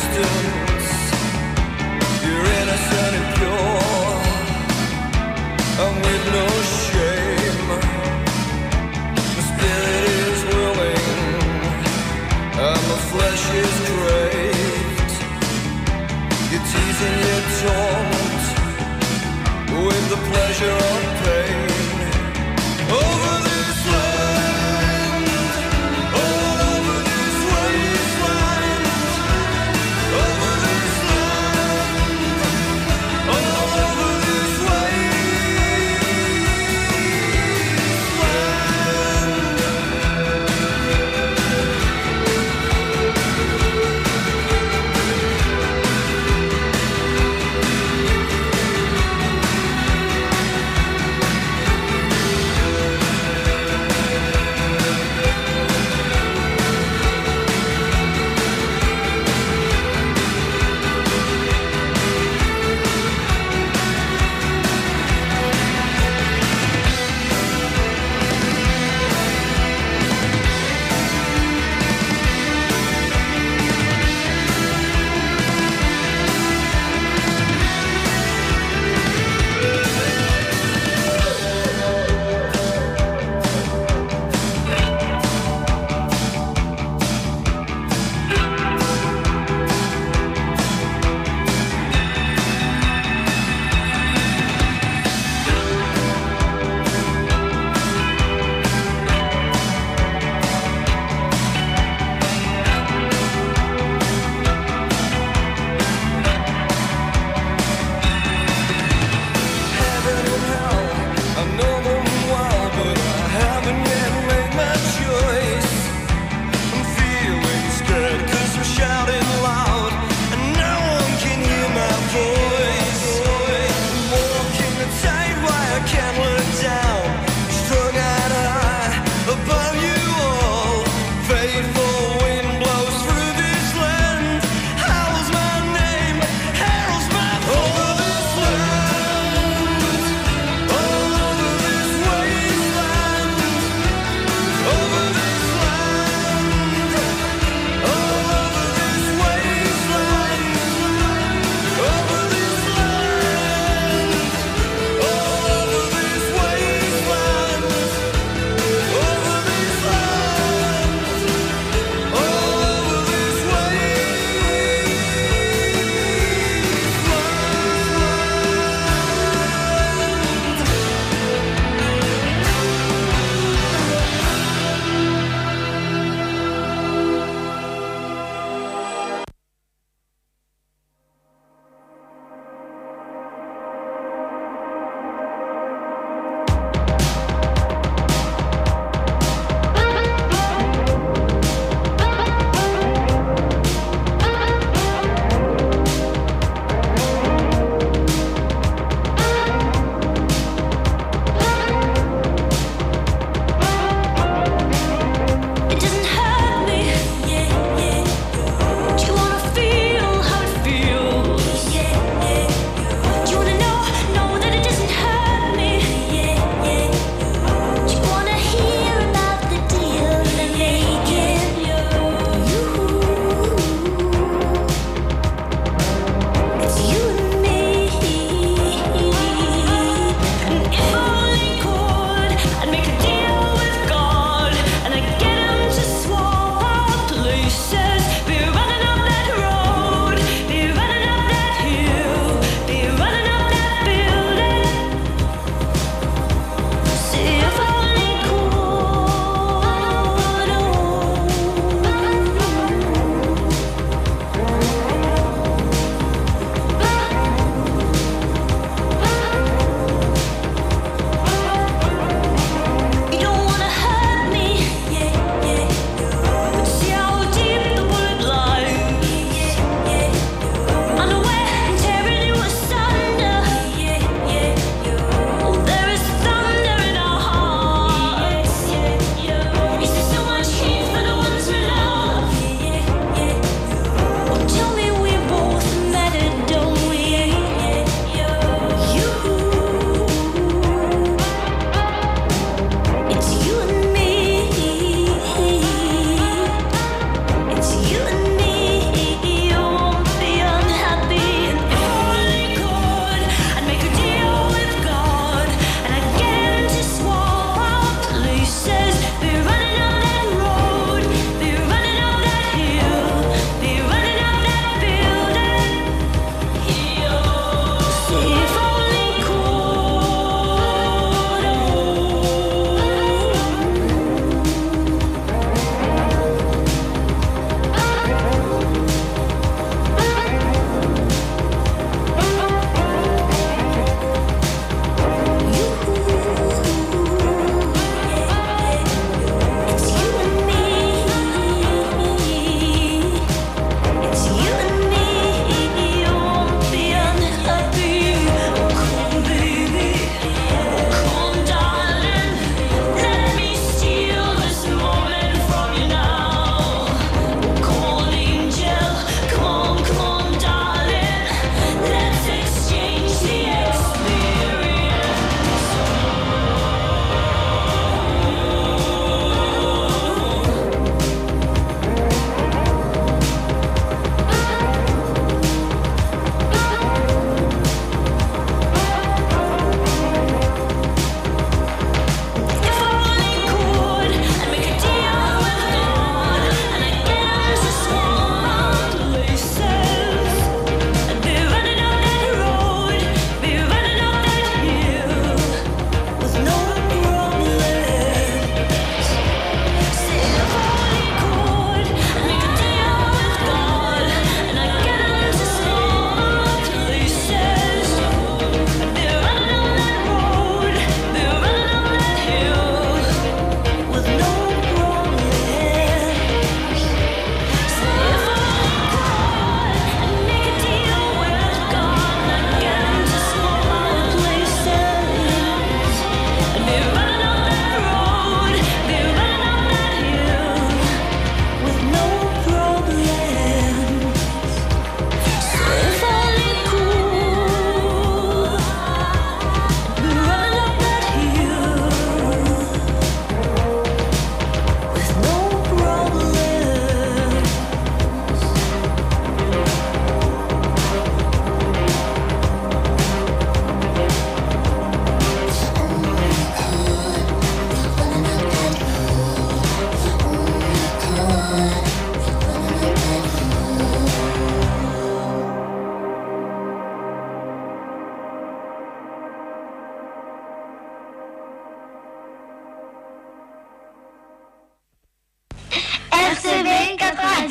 [SPEAKER 15] distance. You're innocent and pure, and with no shame. The spirit is willing, and the flesh is craved. You tease and you taunt, with the pleasure of pain. Over this land, all over this wasteland, over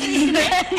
[SPEAKER 16] Disney.